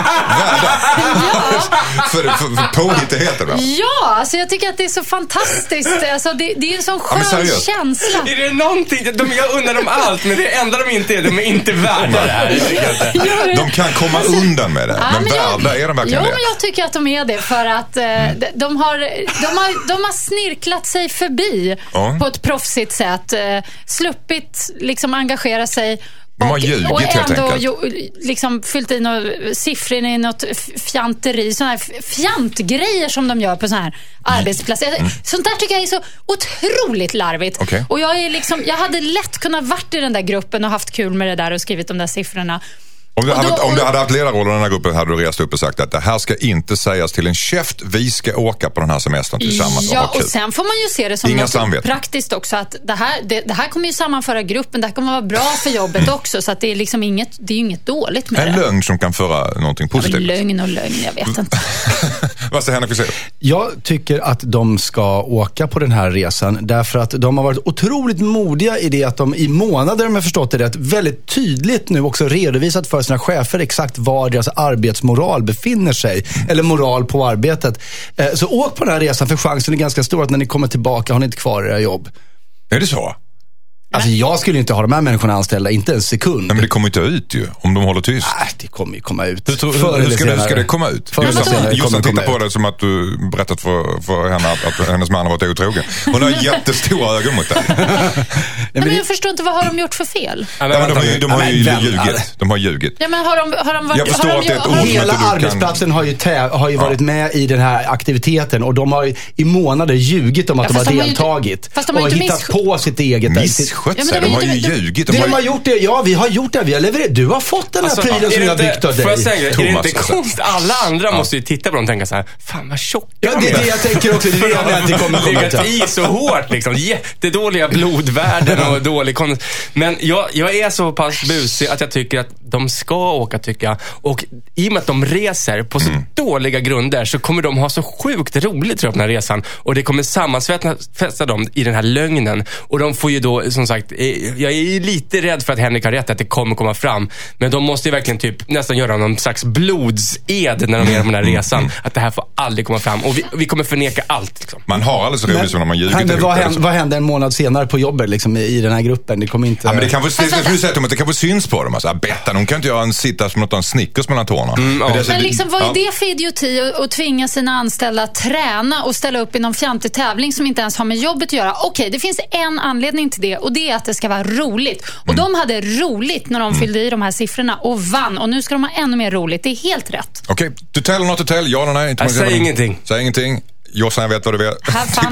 Värda? Ja. för, för, för påhittigheten, va? Ja, alltså jag tycker att det är så fantastiskt. Alltså, det, det är en sån skön ja, känsla. Är det någonting? De, jag undrar om allt, men det enda de inte är, de är inte värda det här. Jag de kan komma alltså, undan med det, ja, men, men värda jag, är de verkligen jo, det? Men jag tycker att de är det, för att eh, mm. de, har, de, har, de har snirklat sig förbi ja. på ett proffsigt sätt, eh, sluppit liksom engagera sig. De har ljugit, och helt ändå enkelt. Jo, liksom fyllt in och siffror i något fjanteri, sådana här fjantgrejer som de gör på sådana här arbetsplatser. Mm. Sånt där tycker jag är så otroligt larvigt. Okay. Och jag är liksom, jag hade lätt kunnat varit i den där gruppen och haft kul med det där och skrivit de där siffrorna. Om du, då, om du hade haft ledarrollen i den här gruppen hade du rest upp och sagt att det här ska inte sägas till en käft. Vi ska åka på den här semestern tillsammans. Ja, och, och sen får man ju se det som Inga något samvete. Praktiskt också. Att det, här, det, det här kommer ju sammanföra gruppen. Det här kommer vara bra för jobbet också. Så att det är liksom inget, det är inget dåligt med en det. En lögn som kan föra någonting positivt. Ja, lögn och lögn, jag vet inte. Vad säger Henrik Fexeus? Jag tycker att de ska åka på den här resan därför att de har varit otroligt modiga i det att de i månader, om jag förstått det rätt, väldigt tydligt nu också redovisat för sina chefer exakt var deras arbetsmoral befinner sig. Eller moral på arbetet. Så åk på den här resan, för chansen är ganska stor att när ni kommer tillbaka har ni inte kvar era jobb. Är det så? Alltså jag skulle inte ha de här människorna anställda, inte en sekund. Nej, men det kommer inte ut ju, om de håller tyst. Nej, det kommer ju komma ut. Hur, tror, hur, hur, ska, det, ska det komma ut? Jossan tittar på det som att du berättat för, för henne att, att hennes man har varit otrogen. Hon har jättestora ögon mot det. Nej, men jag förstår inte, vad har de gjort för fel? Ja, men de har ju, de har ju ljugit. De har ljugit. Ja, men har de, har de varit... Jag förstår har att det är ett ord. Hela arbetsplatsen har ju, tä, har ju ja. varit med i den här aktiviteten och de har ju i månader ljugit om att ja, de har deltagit. Fast de har och inte hittat på sitt eget... Misskött sig, de har ju ljugit. De, de har gjort det, ja, vi har gjort det. Vi har levererat. Du har fått den här alltså, prylen som jag har byggt av dig. Får jag säga, Thomas, är det inte alltså. konst? Alla andra ja. måste ju titta på dem och tänka så här, fan vad tjocka. Ja, det är det jag tänker också. Det är det jag inte kommer komma legat i så hårt liksom. Jättedåliga blodvärden och dålig konst. Men jag, jag är så pass busig att jag tycker att de ska åka, tycker jag. Och i och med att de reser på så mm. dåliga grunder så kommer de ha så sjukt roligt, tror jag, på den här resan. Och det kommer sammansvetsna dem i den här lögnen. Och de får ju då, som sagt, jag är lite rädd för att Henrik har rätt att det kommer komma fram. Men de måste ju verkligen typ nästan göra någon slags blodsed när de är på den här resan. Mm. Att det här får aldrig komma fram. Och vi, vi kommer förneka allt. Liksom. Man har alldeles roligt som när man ljuger. Men vad, händer, vad händer en månad senare på jobbet liksom, i den här gruppen? Det kommer inte... Ja, men det kanske alltså, kan få syns på dem. Alltså, Bettan, hon kan inte göra en sitta som något en Snickers mellan tårna. Mm, ja. Men, men liksom, vad är det för idioti att tvinga sina anställda att träna och ställa upp i någon fjantig tävling som inte ens har med jobbet att göra? Okej, det finns en anledning till det och det är att det ska vara roligt. Och mm. de hade roligt när de mm. fyllde i de här siffrorna och vann. Och nu ska de ha ännu mer roligt. Det är helt rätt. Okej, okay. Du tell not to tell. Ja eller nej? Inte jag säger ingenting. Säg ingenting. Jossan, jag vet vad du vet.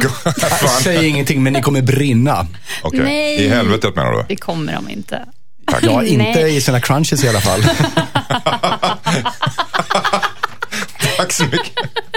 Jag säger ingenting, men ni kommer brinna. Okej, okay. I helvetet menar du? Det kommer de inte. Tack. Ja, inte i sina crunches i alla fall. Tack så mycket.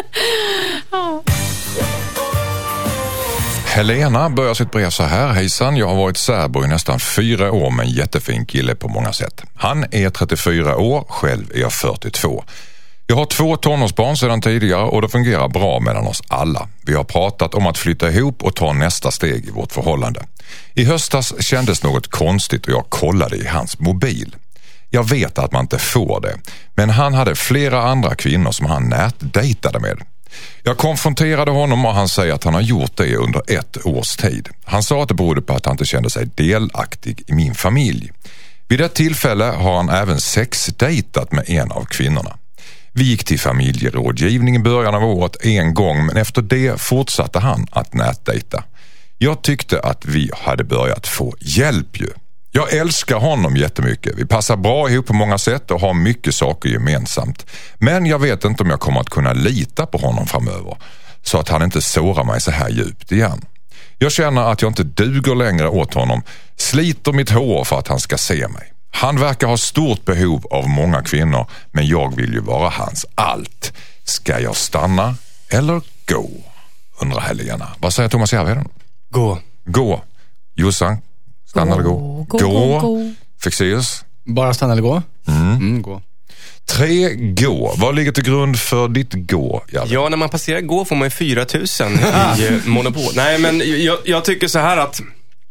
Helena börjar sitt brev så här. Hejsan, jag har varit särbo i nästan fyra år med en jättefin kille på många sätt. Han är trettiofyra år, själv är jag fyrtiotvå. Jag har två tonårsbarn sedan tidigare och det fungerar bra mellan oss alla. Vi har pratat om att flytta ihop och ta nästa steg i vårt förhållande. I höstas kändes något konstigt och jag kollade i hans mobil. Jag vet att man inte får det, men han hade flera andra kvinnor som han nätdejtade med. Jag konfronterade honom och han säger att han har gjort det under ett års tid. Han sa att det berodde på att han inte kände sig delaktig i min familj. Vid ett tillfälle har han även sexdejtat med en av kvinnorna. Vi gick till familjerådgivning i början av året en gång, men efter det fortsatte han att nätdejta. Jag tyckte att vi hade börjat få hjälp ju. Jag älskar honom jättemycket. Vi passar bra ihop på många sätt och har mycket saker gemensamt. Men jag vet inte om jag kommer att kunna lita på honom framöver. så att han inte sårar mig så här djupt igen. Jag känner att jag inte duger längre åt honom, sliter mitt hår för att han ska se mig. Han verkar ha stort behov av många kvinnor, men jag vill ju vara hans allt. Ska jag stanna eller gå? Undrar Helena. Vad säger Thomas Järvheden? Gå. Gå. Jossan, stanna eller gå? Gå, gå, gå. Fixeras? Bara stanna eller gå? Mm. Mm, gå. Tre gå. Vad ligger till grund för ditt gå? Järvheden? Ja, när man passerar gå får man ju fyra tusen i eh, monopol. Nej, men jag, jag tycker så här att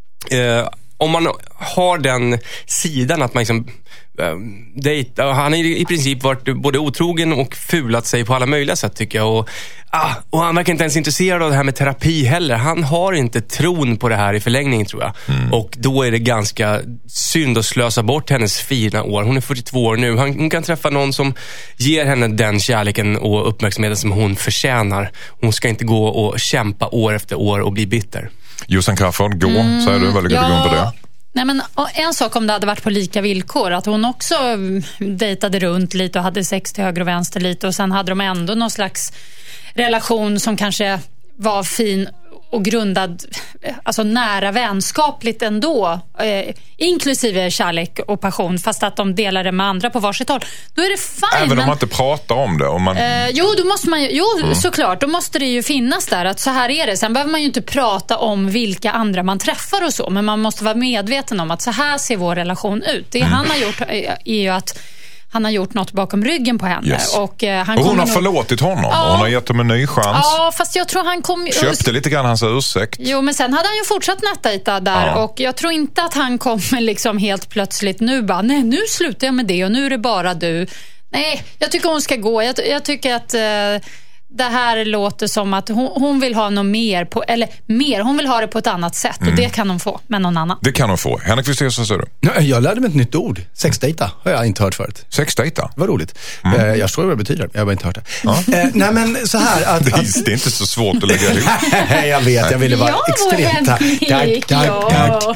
eh, om man har den sidan att man liksom äh, dejt, han har i princip varit både otrogen och fulat sig på alla möjliga sätt tycker jag. Och, ah, och han verkar inte ens intresserad av det här med terapi heller. Han har inte tron på det här i förlängningen tror jag. Mm. Och då är det ganska synd att slösa bort hennes fina år. Hon är fyrtiotvå år nu. Han, hon kan träffa någon som ger henne den kärleken och uppmärksamheten som hon förtjänar. Hon ska inte gå och kämpa år efter år och bli bitter. Jossan Crafoord, gå, mm, säger du. Vad ligger ja, till grund för det? Nej, men en sak om det hade varit på lika villkor, att hon också dejtade runt lite och hade sex till höger och vänster lite och sen hade de ändå någon slags relation som kanske var fin och grundad, alltså nära vänskapligt ändå, eh, inklusive kärlek och passion, fast att de delar det med andra på varsitt håll. Då är det fine. Även men, om man inte pratar om det. Om man... eh, jo, då måste man ju, jo mm. såklart, då måste det ju finnas där att så här är det. Sen behöver man ju inte prata om vilka andra man träffar och så, men man måste vara medveten om att så här ser vår relation ut. Det mm. han har gjort är ju att han har gjort något bakom ryggen på henne. Yes. Och, eh, han och hon har nog... förlåtit honom. Ja. Hon har gett dem en ny chans. Ja, fast jag tror han kom... Köpte lite grann hans ursäkt. Jo, men sen hade han ju fortsatt nätdejta där. Ja. Och jag tror inte att han kommer liksom helt plötsligt nu bara, nej, nu slutar jag med det och nu är det bara du. Nej, jag tycker hon ska gå. Jag, jag tycker att... Eh, det här låter som att hon, hon vill ha något mer på, eller mer, hon vill ha det på ett annat sätt mm. och det kan hon få med någon annan. Det kan hon få. Henrik Wistén, så säger du? Jag lärde mig ett nytt ord. Sexdejta har jag inte hört förut. Sexdejta? Vad roligt. Mm. Jag förstår vad det betyder. Jag har bara inte hört det. Ja. eh, nej men så här att, det, är, att... det är inte så svårt att lägga ihop. Jag vet, jag ville vara ja, extremt tack, tack, tack, tack.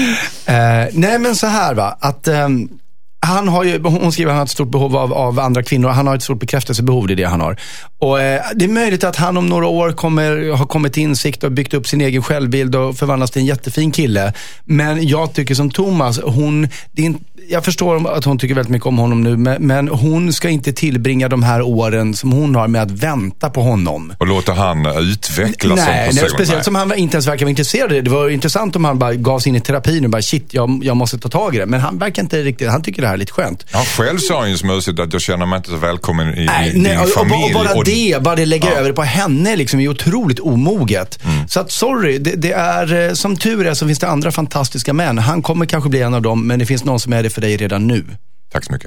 eh, Nej men så här va, att um, han har ju, hon skriver att han har ett stort behov av, av andra kvinnor. Han har ett stort bekräftelsebehov, det är det han har. Och eh, det är möjligt att han om några år kommer ha kommit till insikt och byggt upp sin egen självbild och förvandlas till en jättefin kille. Men jag tycker som Thomas, hon, det är inte, jag förstår att hon tycker väldigt mycket om honom nu, men, men hon ska inte tillbringa de här åren som hon har med att vänta på honom. Och låta han utvecklas som person. Nej, speciellt nej. Som han inte ens verkar vara intresserad av det. Det var intressant om han bara gav sig in i terapin och bara shit, jag, jag måste ta tag i det. Men han verkar inte riktigt, han tycker det här är lite skönt. Han själv sa ju smusigt att jag känner mig inte så välkommen i, nej, i din nej, och, familj. Och, och bara och, det, bara det lägger ja. över på henne liksom är otroligt omoget. Mm. Så att sorry, det, det är som tur är så finns det andra fantastiska män. Han kommer kanske bli en av dem, men det finns någon som är det för dig redan nu. Tack så mycket.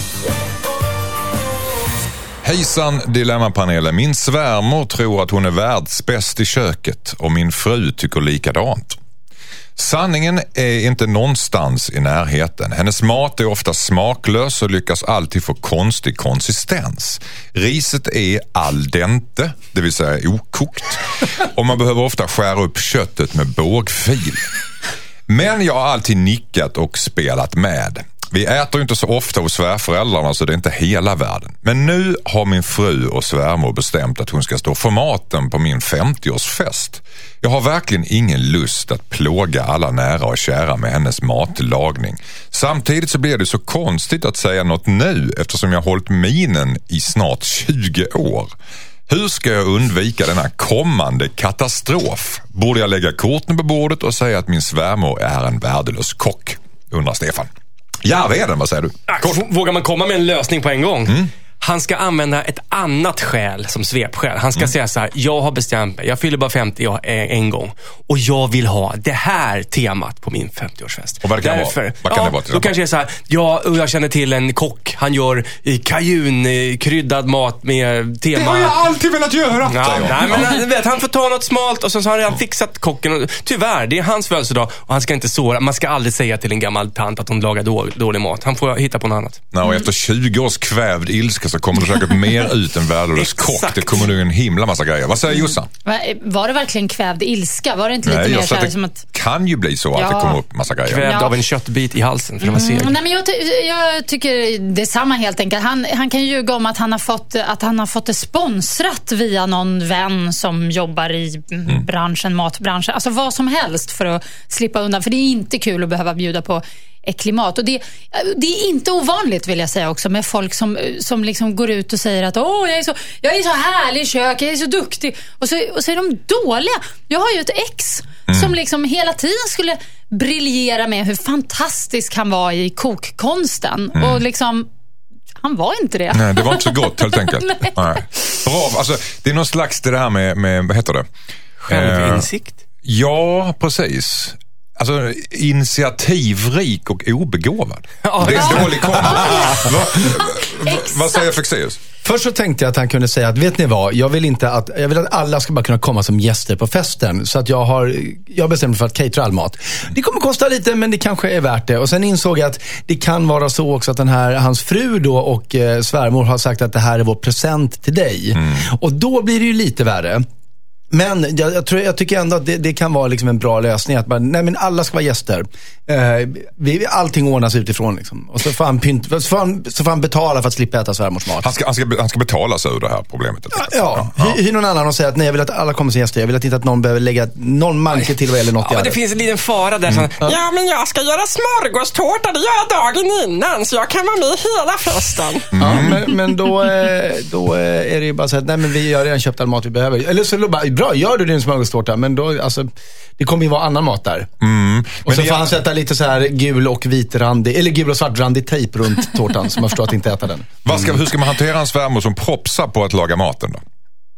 Hejsan Dilemmapanelen. Min svärmor tror att hon är världsbäst i köket och min fru tycker likadant. Sanningen är inte någonstans i närheten. Hennes mat är ofta smaklös och lyckas alltid få konstig konsistens. Riset är al dente, det vill säga okokt. Och man behöver ofta skära upp köttet med bågfil. Men jag har alltid nickat och spelat med. Vi äter ju inte så ofta hos svärföräldrarna så det är inte hela världen. Men nu har min fru och svärmor bestämt att hon ska stå för maten på min femtioårsfest. Jag har verkligen ingen lust att plåga alla nära och kära med hennes matlagning. Samtidigt så blir det så konstigt att säga något nu eftersom jag har hållit minen i snart tjugo år. Hur ska jag undvika denna kommande katastrof? Borde jag lägga korten på bordet och säga att min svärmor är en värdelös kock? Undrar Stefan. Järvheden, vad säger du? Vågar man komma med en lösning på en gång? Mm. Han ska använda ett annat skäl som svepskäl. Han ska mm. säga så här: jag har bestämt mig, jag fyller bara femtio en gång och jag vill ha det här temat på min femtioårsfest. Och vad kan Därför, vara? Vad kan ja, det vara då kanske det är så här: ja, jag känner till en kock. Han gör kajun kryddad mat med tema. Det har jag alltid velat göra. Ja, nej, men han, vet, han får ta något smalt och så har han redan fixat kocken. Och, tyvärr, det är hans födelsedag och han ska inte såra. Man ska aldrig säga till en gammal tant att hon lagar då, dålig mat. Han får hitta på något annat. Nej, och efter tjugo års kvävd ilska så så kommer du säkert mer ut en värdelös kock. Det kommer nu en himla massa grejer. Vad säger Jossan? Var det verkligen kvävd ilska? Var det inte lite Nej, mer så så här det som att... kan ju bli så att Ja. det kommer upp massa grejer. Kvävd Ja. av en köttbit i halsen för det var seg. Mm, nej, men jag, ty- jag tycker det är samma helt enkelt. Han, han kan ljuga om att han, har fått, att han har fått det sponsrat via någon vän som jobbar i mm. branschen, matbranschen. Alltså vad som helst för att slippa undan. För det är inte kul att behöva bjuda på klimat. Och det, det är inte ovanligt, vill jag säga också, med folk som, som liksom går ut och säger att åh, jag är så, jag är så härlig i kök, jag är så duktig. Och så, och så är de dåliga. Jag har ju ett ex mm. som liksom hela tiden skulle briljera med hur fantastisk han var i kokkonsten. Mm. Och liksom, han var inte det. Nej, det var inte så gott helt enkelt. Nej. Nej. Bra, alltså, det är någon slags det här med, med vad heter det? Självinsikt? Eh, ja, precis. Alltså initiativrik och obegåvad. Ja, det är ja. dålig kombo. Va, vad säger Fexeus? Först så tänkte jag att han kunde säga att vet ni vad, jag vill inte att jag vill att alla ska bara kunna komma som gäster på festen, så att jag har jag bestämde för att catera all mat. Det kommer kosta lite, men det kanske är värt det. Och sen insåg jag att det kan vara så också att den här hans fru då och eh, svärmor har sagt att det här är vår present till dig. Mm. Och då blir det ju lite värre. Men jag, jag, tror, jag tycker ändå att det, det kan vara liksom en bra lösning att man, nej men alla ska vara gäster. Eh, vi, allting ordnas utifrån liksom. Och så får, han pynt, så, får han, så får han betala för att slippa äta svärmors mat. Han ska, han ska, han ska betala sig ur det här problemet. Ja, ja. ja. Hyr, hyr någon annan och säga att nej, jag vill att alla kommer som gäster. Jag vill att inte att någon behöver lägga någon manke till vad eller något. Ja, men det finns en liten fara där. Mm. Som, ja, men jag ska göra smörgåstårta, det gör jag dagen innan, så jag kan vara med hela festen. Mm. Ja, men, men då, då är det ju bara så att nej, men vi har redan köpt all mat vi behöver. Eller så bara, bra, gör du din smörgåstårta, men då, alltså, det kommer ju vara annan mat där. Mm. Och så får jag... han sätta lite så här gul och vitrandig, eller gul och svartrandig tejp runt tårtan så man förstår att inte äta den. Vad ska, hur ska man hantera en svärmor som propsar på att laga maten då?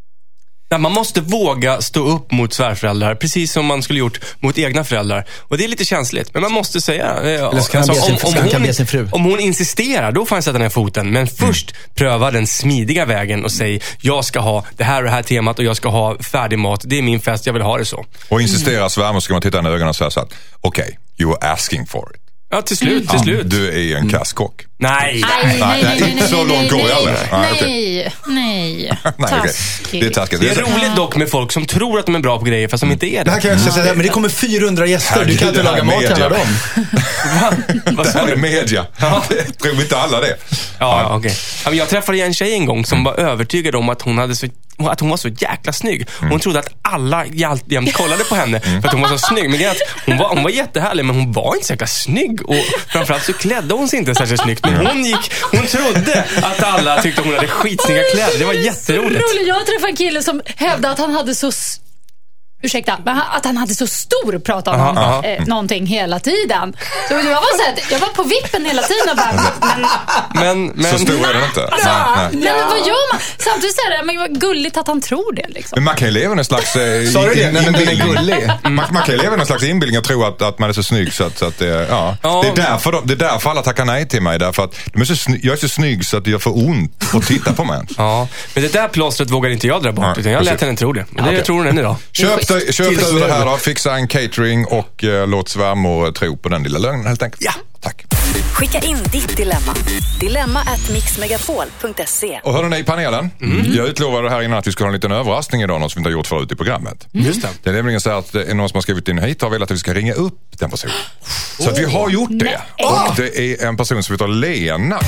Ja, man måste våga stå upp mot svärföräldrar, precis som man skulle gjort mot egna föräldrar. Och det är lite känsligt, men man måste säga. Eller så kan alltså, han be sin, om, om, hon, be sin fru. Om hon insisterar, då får han sätta ner foten. Men först mm. pröva den smidiga vägen och säg, jag ska ha det här och det här temat och jag ska ha färdig mat. Det är min fest, jag vill ha det så. Och insistera svärmor ska man titta i ögonen och säga så att okej, okay, you are asking for it. Ja, till slut, till slut. Du är en kasskock. Nej, nej, nej, nej, nej, inte så långt går jag aldrig. Nej, nej. Taskigt. Det är taskigt. Det är roligt dock med folk som tror att de är bra på grejer fast de inte är det. Det här kan jag också säga, men det kommer fyrahundra gäster. Du kan inte laga mat till alla dem. Det här är media. Tror inte alla det. Ja, ja. okej. Okay. Jag träffade en tjej en gång som var övertygad om att hon hade så att hon var så jäkla snygg. Hon mm. trodde att alla jämt kollade på henne för att hon var så snygg. Men hon var, hon var jättehärlig, men hon var inte så jäkla snygg. Och framförallt så klädde hon sig inte särskilt snyggt. Men hon gick, hon trodde att alla tyckte hon hade skitsnygga kläder. Det var jätteroligt. Jag träffade en kille som hävdade att han hade så... Ursäkta, men att han hade så stor prat om aha, aha. Eh, någonting hela tiden. Så jag var så här, jag var på vippen hela tiden och bara, men, men så stor är det inte. Nej, nej. Nej, men vad gör man? Samtidigt så är det men vad gulligt att han tror det liksom. Men man kan ju leva en slags eh, Sa du det? Nej, men den är gullig. Man, man kan ju leva en slags inbildning och tro att, att man är så snygg så att, så att det, ja. Ja. Det är därför de, det är därför alla tackar nej till mig, därför att de är så sny, jag är så snygg så att det gör för ont att titta på mig. Ja, men det där plåstret vågar inte jag dra bort, ja, utan jag lät henne tro det. Men det okay. tror hon än idag. Köp dig, köp dig ur det här då, fixa en catering och uh, låt svärmor tro på den lilla lögnen helt enkelt. Ja, tack. Skicka in ditt dilemma. Dilemma at mixmegapol punkt se. Och hörde ni i panelen? Mm. Jag utlovade här innan att vi skulle ha en liten överraskning idag, något som vi inte har gjort förut i programmet. Mm. Just det. Det är nämligen så att det är någon som har skrivit in hit och har velat att vi ska ringa upp den personen. Oh. Så att vi har gjort det. Nej. Och det är en person som heter Lena.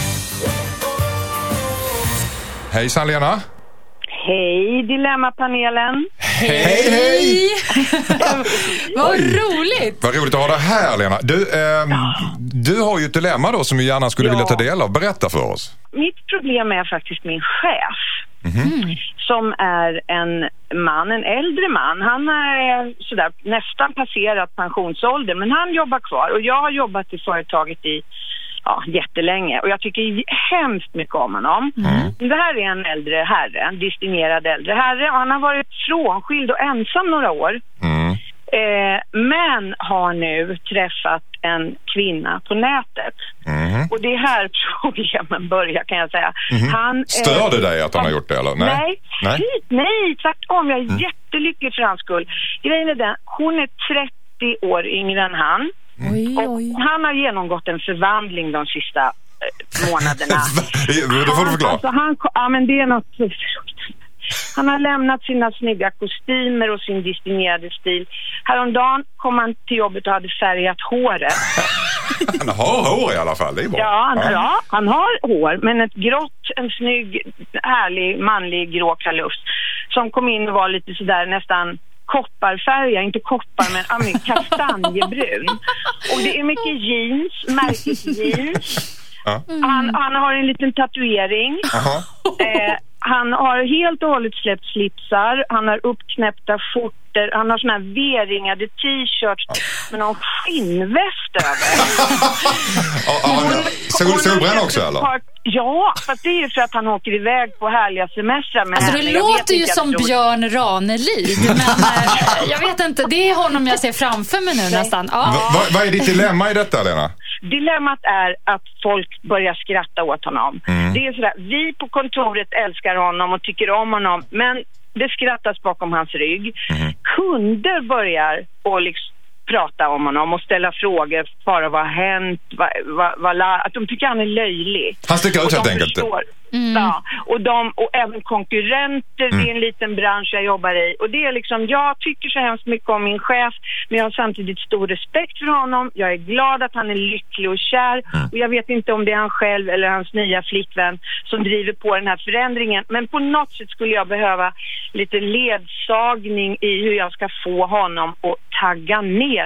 Hejsan Lena. Hej, Dilemmapanelen. Hej, hej! hej. Vad roligt! Vad roligt att ha dig här, Lena. Du, eh, ja. du har ju ett dilemma då som vi gärna skulle ja. vilja ta del av. Berätta för oss. Mitt problem är faktiskt min chef. Mm-hmm. Som är en man, en äldre man. Han är sådär nästan passerat pensionsålder, men han jobbar kvar. Och jag har jobbat i företaget i ja, jättelänge. Och jag tycker hemskt mycket om honom. Mm. Det här är en äldre herre, en distingerad äldre herre. Och han har varit frånskild och ensam några år. Mm. Eh, men har nu träffat en kvinna på nätet. Mm. Och det är här problemen börjar, kan jag säga. Mm. Han, Stör det eh, dig att han har gjort det, eller? Nej, nej, nej. nej tvärtom. Jag är mm. jättelycklig för hans skull. Grejen är den, hon är trettio år yngre än han. Mm. Och han har genomgått en förvandling de sista månaderna. Det får du förklara. Alltså, han, ja, men det är något så han har lämnat sina snygga kostymer och sin distingerade stil. Häromdagen kom han till jobbet och hade färgat håret. Han har hår i alla fall, det är bra. Ja, han, ja, han har hår, men ett grått, en snygg, härlig, manlig grå kalufs som kom in och var lite sådär nästan kopparfärg, inte koppar men ah, kastanjebrun. Och det är mycket jeans, märkligt jeans. Mm. Han, han har en liten tatuering. eh, Han har helt och hållet släppt slipsar. Han har uppknäppta skjortor. Han har såna här V-ringade t-shirts med någon skinnväst över. Sol, solbränna också eller? Ja, fast det är ju för att han åker iväg på härliga semestrar. Alltså det låter ju som Björn Ranelid. Men äh, jag vet inte, det är honom jag ser framför mig nu nästan. Ja. Va, va, vad är ditt dilemma i detta, Lena? Dilemmat är att folk börjar skratta åt honom. Mm. Det är sådär, vi på kontoret älskar honom och tycker om honom, men det skrattas bakom hans rygg. Mm. Kunder börjar och liksom prata om honom och ställa frågor bara vad har hänt, vad, vad, vad, att de tycker han är löjlig. Han sticker ut helt enkelt. Mm. Ja, och, de, och även konkurrenter, mm. det är en liten bransch jag jobbar i. Och det är liksom, jag tycker så hemskt mycket om min chef, men jag har samtidigt stor respekt för honom. Jag är glad att han är lycklig och kär. Mm. Och jag vet inte om det är han själv eller hans nya flickvän som driver på den här förändringen. Men på något sätt skulle jag behöva lite ledsagning i hur jag ska få honom att tagga ner.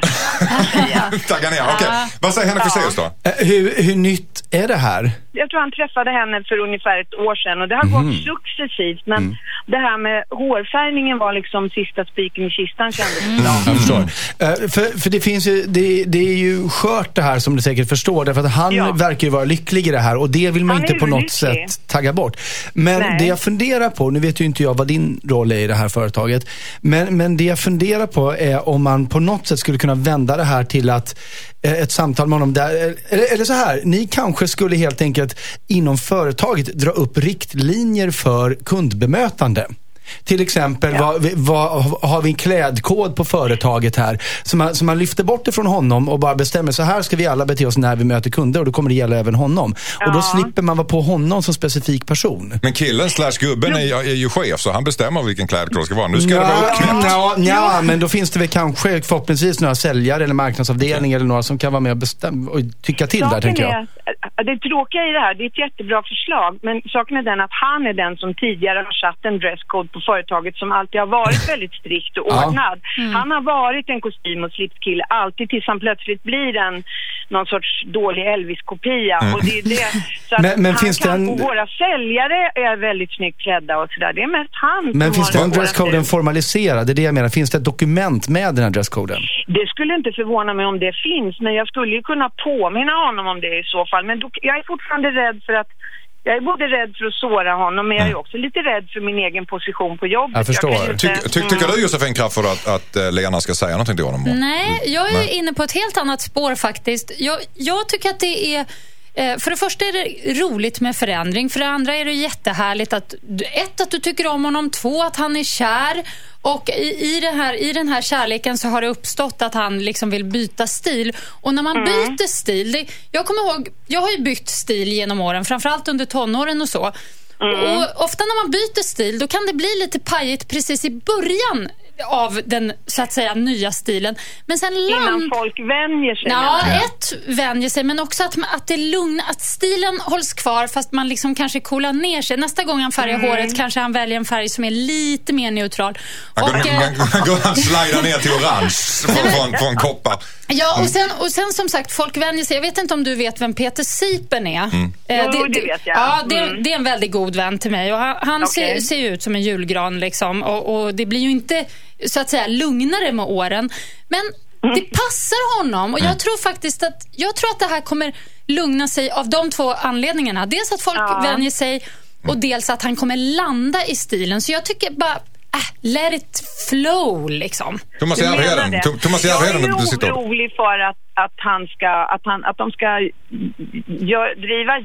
Tagga ner, okej. Okay. Vad säger Henrik Fexeus då? Hur, hur nytt är det här? Jag tror han träffade henne för ungefär ett år sedan och det har mm. gått successivt, men mm. det här med hårfärgningen var liksom sista spiken i kistan, kändes mm. ja, jag förstår. Uh, för, för det finns ju, det, det är ju skört det här som du säkert förstår, därför att han ja. verkar ju vara lycklig i det här och det vill man han inte på något lycklig. sätt tagga bort. Men Nej. det jag funderar på, nu vet ju inte jag vad din roll är i det här företaget, men, men det jag funderar på är om man på något sätt skulle kunna vända det här till att ett samtal med honom där, eller, eller så här, ni kanske skulle helt enkelt inom företaget dra upp riktlinjer för kundbemötande. Till exempel, ja. vad, vad, har vi en klädkod på företaget här så man, så man lyfter bort det från honom och bara bestämmer så här ska vi alla bete oss när vi möter kunder och då kommer det gälla även honom. Ja. Och då slipper man vara på honom som specifik person. Men killen slash gubben är, är ju chef så han bestämmer vilken klädkod det ska vara. Nu ska ja, det vara uppknäppt. Ja, ja, men då finns det väl kanske förhoppningsvis några säljare eller marknadsavdelning okay. eller några som kan vara med och, bestämma, och tycka till saken där, tänker jag. Är, det tråkiga i det här, det är ett jättebra förslag, men saken är den att han är den som tidigare har satt en dresscode på företaget som alltid har varit väldigt strikt och ordnad. Ja. Mm. Han har varit en kostym- och slipskille alltid tills han plötsligt blir en någon sorts dålig Elvis-kopia. Mm. Och det är det. Så att men, men finns kan, det en... våra säljare är väldigt snyggt klädda och sådär. Det är mest han. Men finns det en dresscoden formaliserad? Det är det jag menar. Finns det ett dokument med den här dresscoden? Det skulle inte förvåna mig om det finns, men jag skulle ju kunna påminna honom om det i så fall. Men då, jag är fortfarande rädd för att jag är både rädd för att såra honom, men jag är också lite rädd för min egen position på jobbet. Jag förstår. Jag inte... Ty, ty, tycker du, Josefin Crafoord, att, att Lena ska säga någonting till honom? Nej, jag är Nej. inne på ett helt annat spår faktiskt. Jag, jag tycker att det är... För det första är det roligt med förändring. För det andra är det jättehärligt att ett, att du tycker om honom. Två, att han är kär. Och i, i, det här, i den här kärleken så har det uppstått att han liksom vill byta stil. Och när man mm. byter stil, det, jag kommer ihåg, jag har ju bytt stil genom åren, framförallt under tonåren och så. Mm. Och ofta när man byter stil, då kan det bli lite pajigt precis i början av den, så att säga, nya stilen. Men sen innan land... folk vänjer sig. Ja, ett vänjer sig, men också att, att det lugna, att stilen hålls kvar fast man liksom kanske coolar ner sig. Nästa gång han färgar mm. håret kanske han väljer en färg som är lite mer neutral. Han går, och, äh... går han slida ner till orange från, från koppar. Ja, och sen, och sen som sagt, folk vänjer sig. Jag vet inte om du vet vem Peter Sipen är. Mm. Eh, jo, det, det vet jag. Ja, det, mm. det är en väldigt god vän till mig. Och han han okay. ser, ser ut som en julgran liksom. Och, och det blir ju inte, så att säga, lugnare med åren. Men mm. det passar honom. Och jag tror faktiskt att jag tror att det här kommer lugna sig av de två anledningarna. Dels att folk ja. vänjer sig och dels att han kommer landa i stilen. Så jag tycker bara... Äh, let it flow liksom. Thomas Järvheden. Thomas Järvheden. Jag är orolig för att, att han ska att han att de ska gör, driva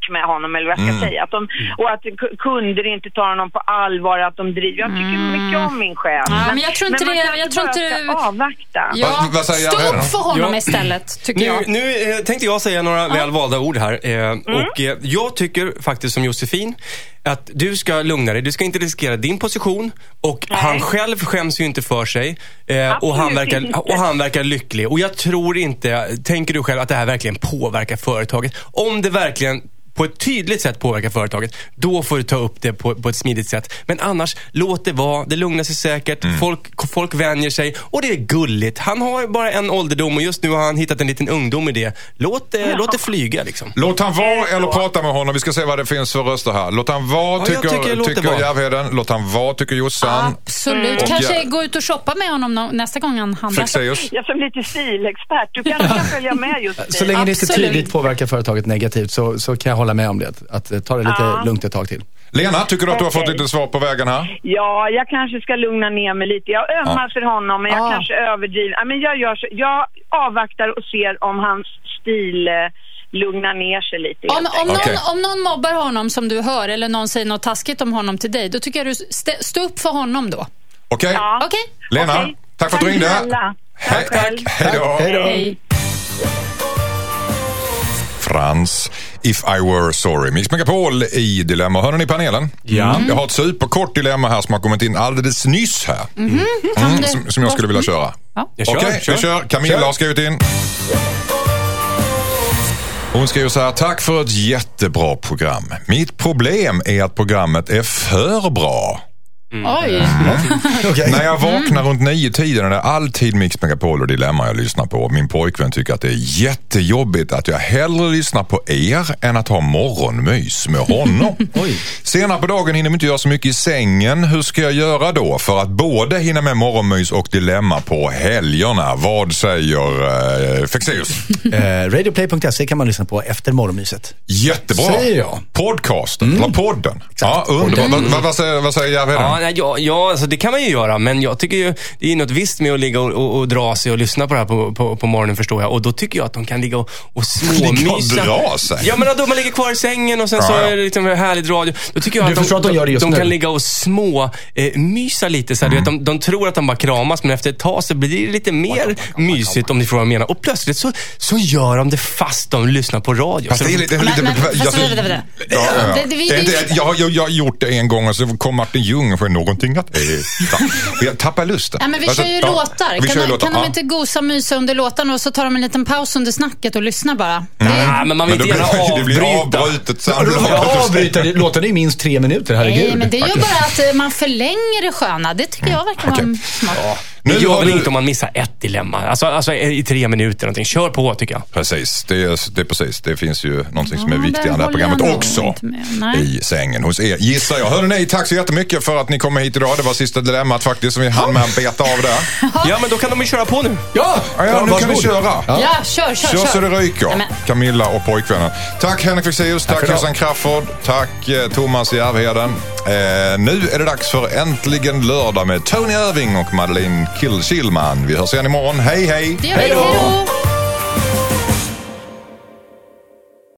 med honom, eller vad jag ska Mm. säga. Att de, och att k- kunder inte tar honom på allvar, att de driver. Jag tycker mycket om min chef. Ja, men jag tror inte man det- kanske jag tror bara inte- ska avvakta. Ja, Vad- vad säger stå jag redan? upp för honom Ja. istället, tycker Nu, jag. nu eh, tänkte jag säga några väl valda ord här. Eh, Mm. Och eh, jag tycker faktiskt som Josefin att du ska lugna dig. Du ska inte riskera din position. Och Nej. han själv skäms ju inte för sig. Eh, och, han Absolut inte. verkar, och han verkar lycklig. Och jag tror inte, tänker du själv att det här verkligen påverkar företaget? Om det verkligen på ett tydligt sätt påverkar företaget, då får du ta upp det på, på ett smidigt sätt. Men annars, låt det vara. Det lugnar sig säkert. Mm. Folk, folk vänjer sig. Och det är gulligt. Han har bara en ålderdom och just nu har han hittat en liten ungdom i det. Låt det, Ja. låt det flyga liksom. Låt han vara eller prata med honom. Vi ska se vad det finns för röster här. Låt han vara, Ja, jag tycker, tycker det låter tycker bra. Järvheden. Låt han vara, tycker Jossan. Absolut. Och Kanske jag- gå ut och shoppa med honom nå- nästa gång han handlar. Fexeus. Jag som lite stilexpert, du kanske kan följa med just Så länge det inte Absolut. tydligt påverkar företaget negativt så, så kan jag hålla med om det. Att eh, ta det lite Ja. lugnt ett tag till. Lena, tycker du att du har Okej. fått lite svar på vägen här? Ja, jag kanske ska lugna ner mig lite. Jag ömmar Ja. för honom, men jag Ja. kanske överdriver. Ja, men jag, gör så, jag avvaktar och ser om hans stil eh, lugnar ner sig lite. Om, helt om, enkelt. Okej. någon, om någon mobbar honom som du hör eller någon säger något taskigt om honom till dig, då tycker jag du st- stå upp för honom då. Okej? Ja. Okej? Lena, Okej. tack för att du ringde. snälla. Hej, Tack själv. Hej då. Hej då. Hej. Frans, If I Were Sorry. Mix Megapol i Dilemma. Hör ni i panelen? Ja. Jag har ett superkort dilemma här som har kommit in alldeles nyss här. Mm, det- som, som jag skulle vilja köra. Ja. Jag kör, Okej, kör. vi kör. Camilla Kör. har skrivit in. Hon skriver så här: tack för ett jättebra program. Mitt problem är att programmet är för bra. Oj. Okej. När jag vaknar runt nio tiden är det alltid Mix Megapol och Dilemma jag lyssnar på. Min pojkvän tycker att det är jättejobbigt att jag hellre lyssnar på er än att ha morgonmys med honom. Oj. Senare på dagen hinner vi inte göra så mycket i sängen. Hur ska jag göra då för att både hinna med morgonmys och Dilemma på helgerna? Vad säger eh, Fexeus? Eh, radioplay punkt se kan man lyssna på efter morgonmyset. Jättebra. Säger jag. Podcasten, eller podden. Ja, underbart. Vad, vad, vad säger, vad säger Järvheden? Ja, nej, ja, ja alltså det kan man ju göra, men jag tycker ju det är något visst med att ligga och, och, och dra sig och lyssna på det här på, på, på morgonen, förstår jag. Och då tycker jag att de kan ligga och, och småmysa. Ligga och dra sig? Ja, men då man ligger kvar i sängen och sen Ja, så ja. är det liksom härligt radio. Då tycker jag Du att de, förstår att de gör det just de nu. kan ligga och små eh, mysa lite. Så här, du vet, de, de tror att de bara kramas, men efter ett tag så blir det lite mer mysigt, om ni får vad jag menar. Och plötsligt så, så gör de det fast de lyssnar på radio. Fast Så det är de- lite... Men- lite men- fast alltså- vänta, vänta. Ja, ja, ja. Det- det- vi- Det är vi- inte- jag, jag, jag har gjort det en gång och så kom Martin Ljung och för någonting att äta. Jag tappar lusten. Ja, men vi Alltså, kör ju ja, låtar. Vi Kan, kör ju de, låtar. kan de ja. inte gosa mysa under låtarna och så tar de en liten paus under snacket och lyssnar bara? Det, Ah, men man vill Men inte det gärna blir, det blir avbryta. avbrutet Ja, samlag. avbryta det. Låten är minst tre minuter, herregud. nej, men det gör bara att eh, man förlänger det sköna. Det tycker jag verkar vara Okej. smart. Det Nu gör har väl du- inte om man missar ett dilemma. Alltså, alltså i tre minuter någonting. Kör på, tycker jag. Precis, det är, det är precis. Det finns ju någonting som är Ja, viktigare än det här håller jag programmet nog också inte med. Nej. i sängen hos er, gissar jag. Hörde ni, tack så jättemycket för att ni kom hit idag. Det var sista dilemmat faktiskt som vi hann med att beta av där. Ja, men då kan de ju köra på nu. Ja, Ja, ja, nu kan vi köra. Ja. Ja, kör, kör, Kör kör. så det ryker. Nej, men- Camilla och pojkvännen. Tack Henrik Fexeus, tack för idag. Jossan Crafoord, tack eh, Thomas Järvheden. Eh, nu är det dags för Äntligen lördag med Tony Irving och Madeleine Kill Killman. Vi hörs igen imorgon. Hej hej! Det gör vi. Hej då!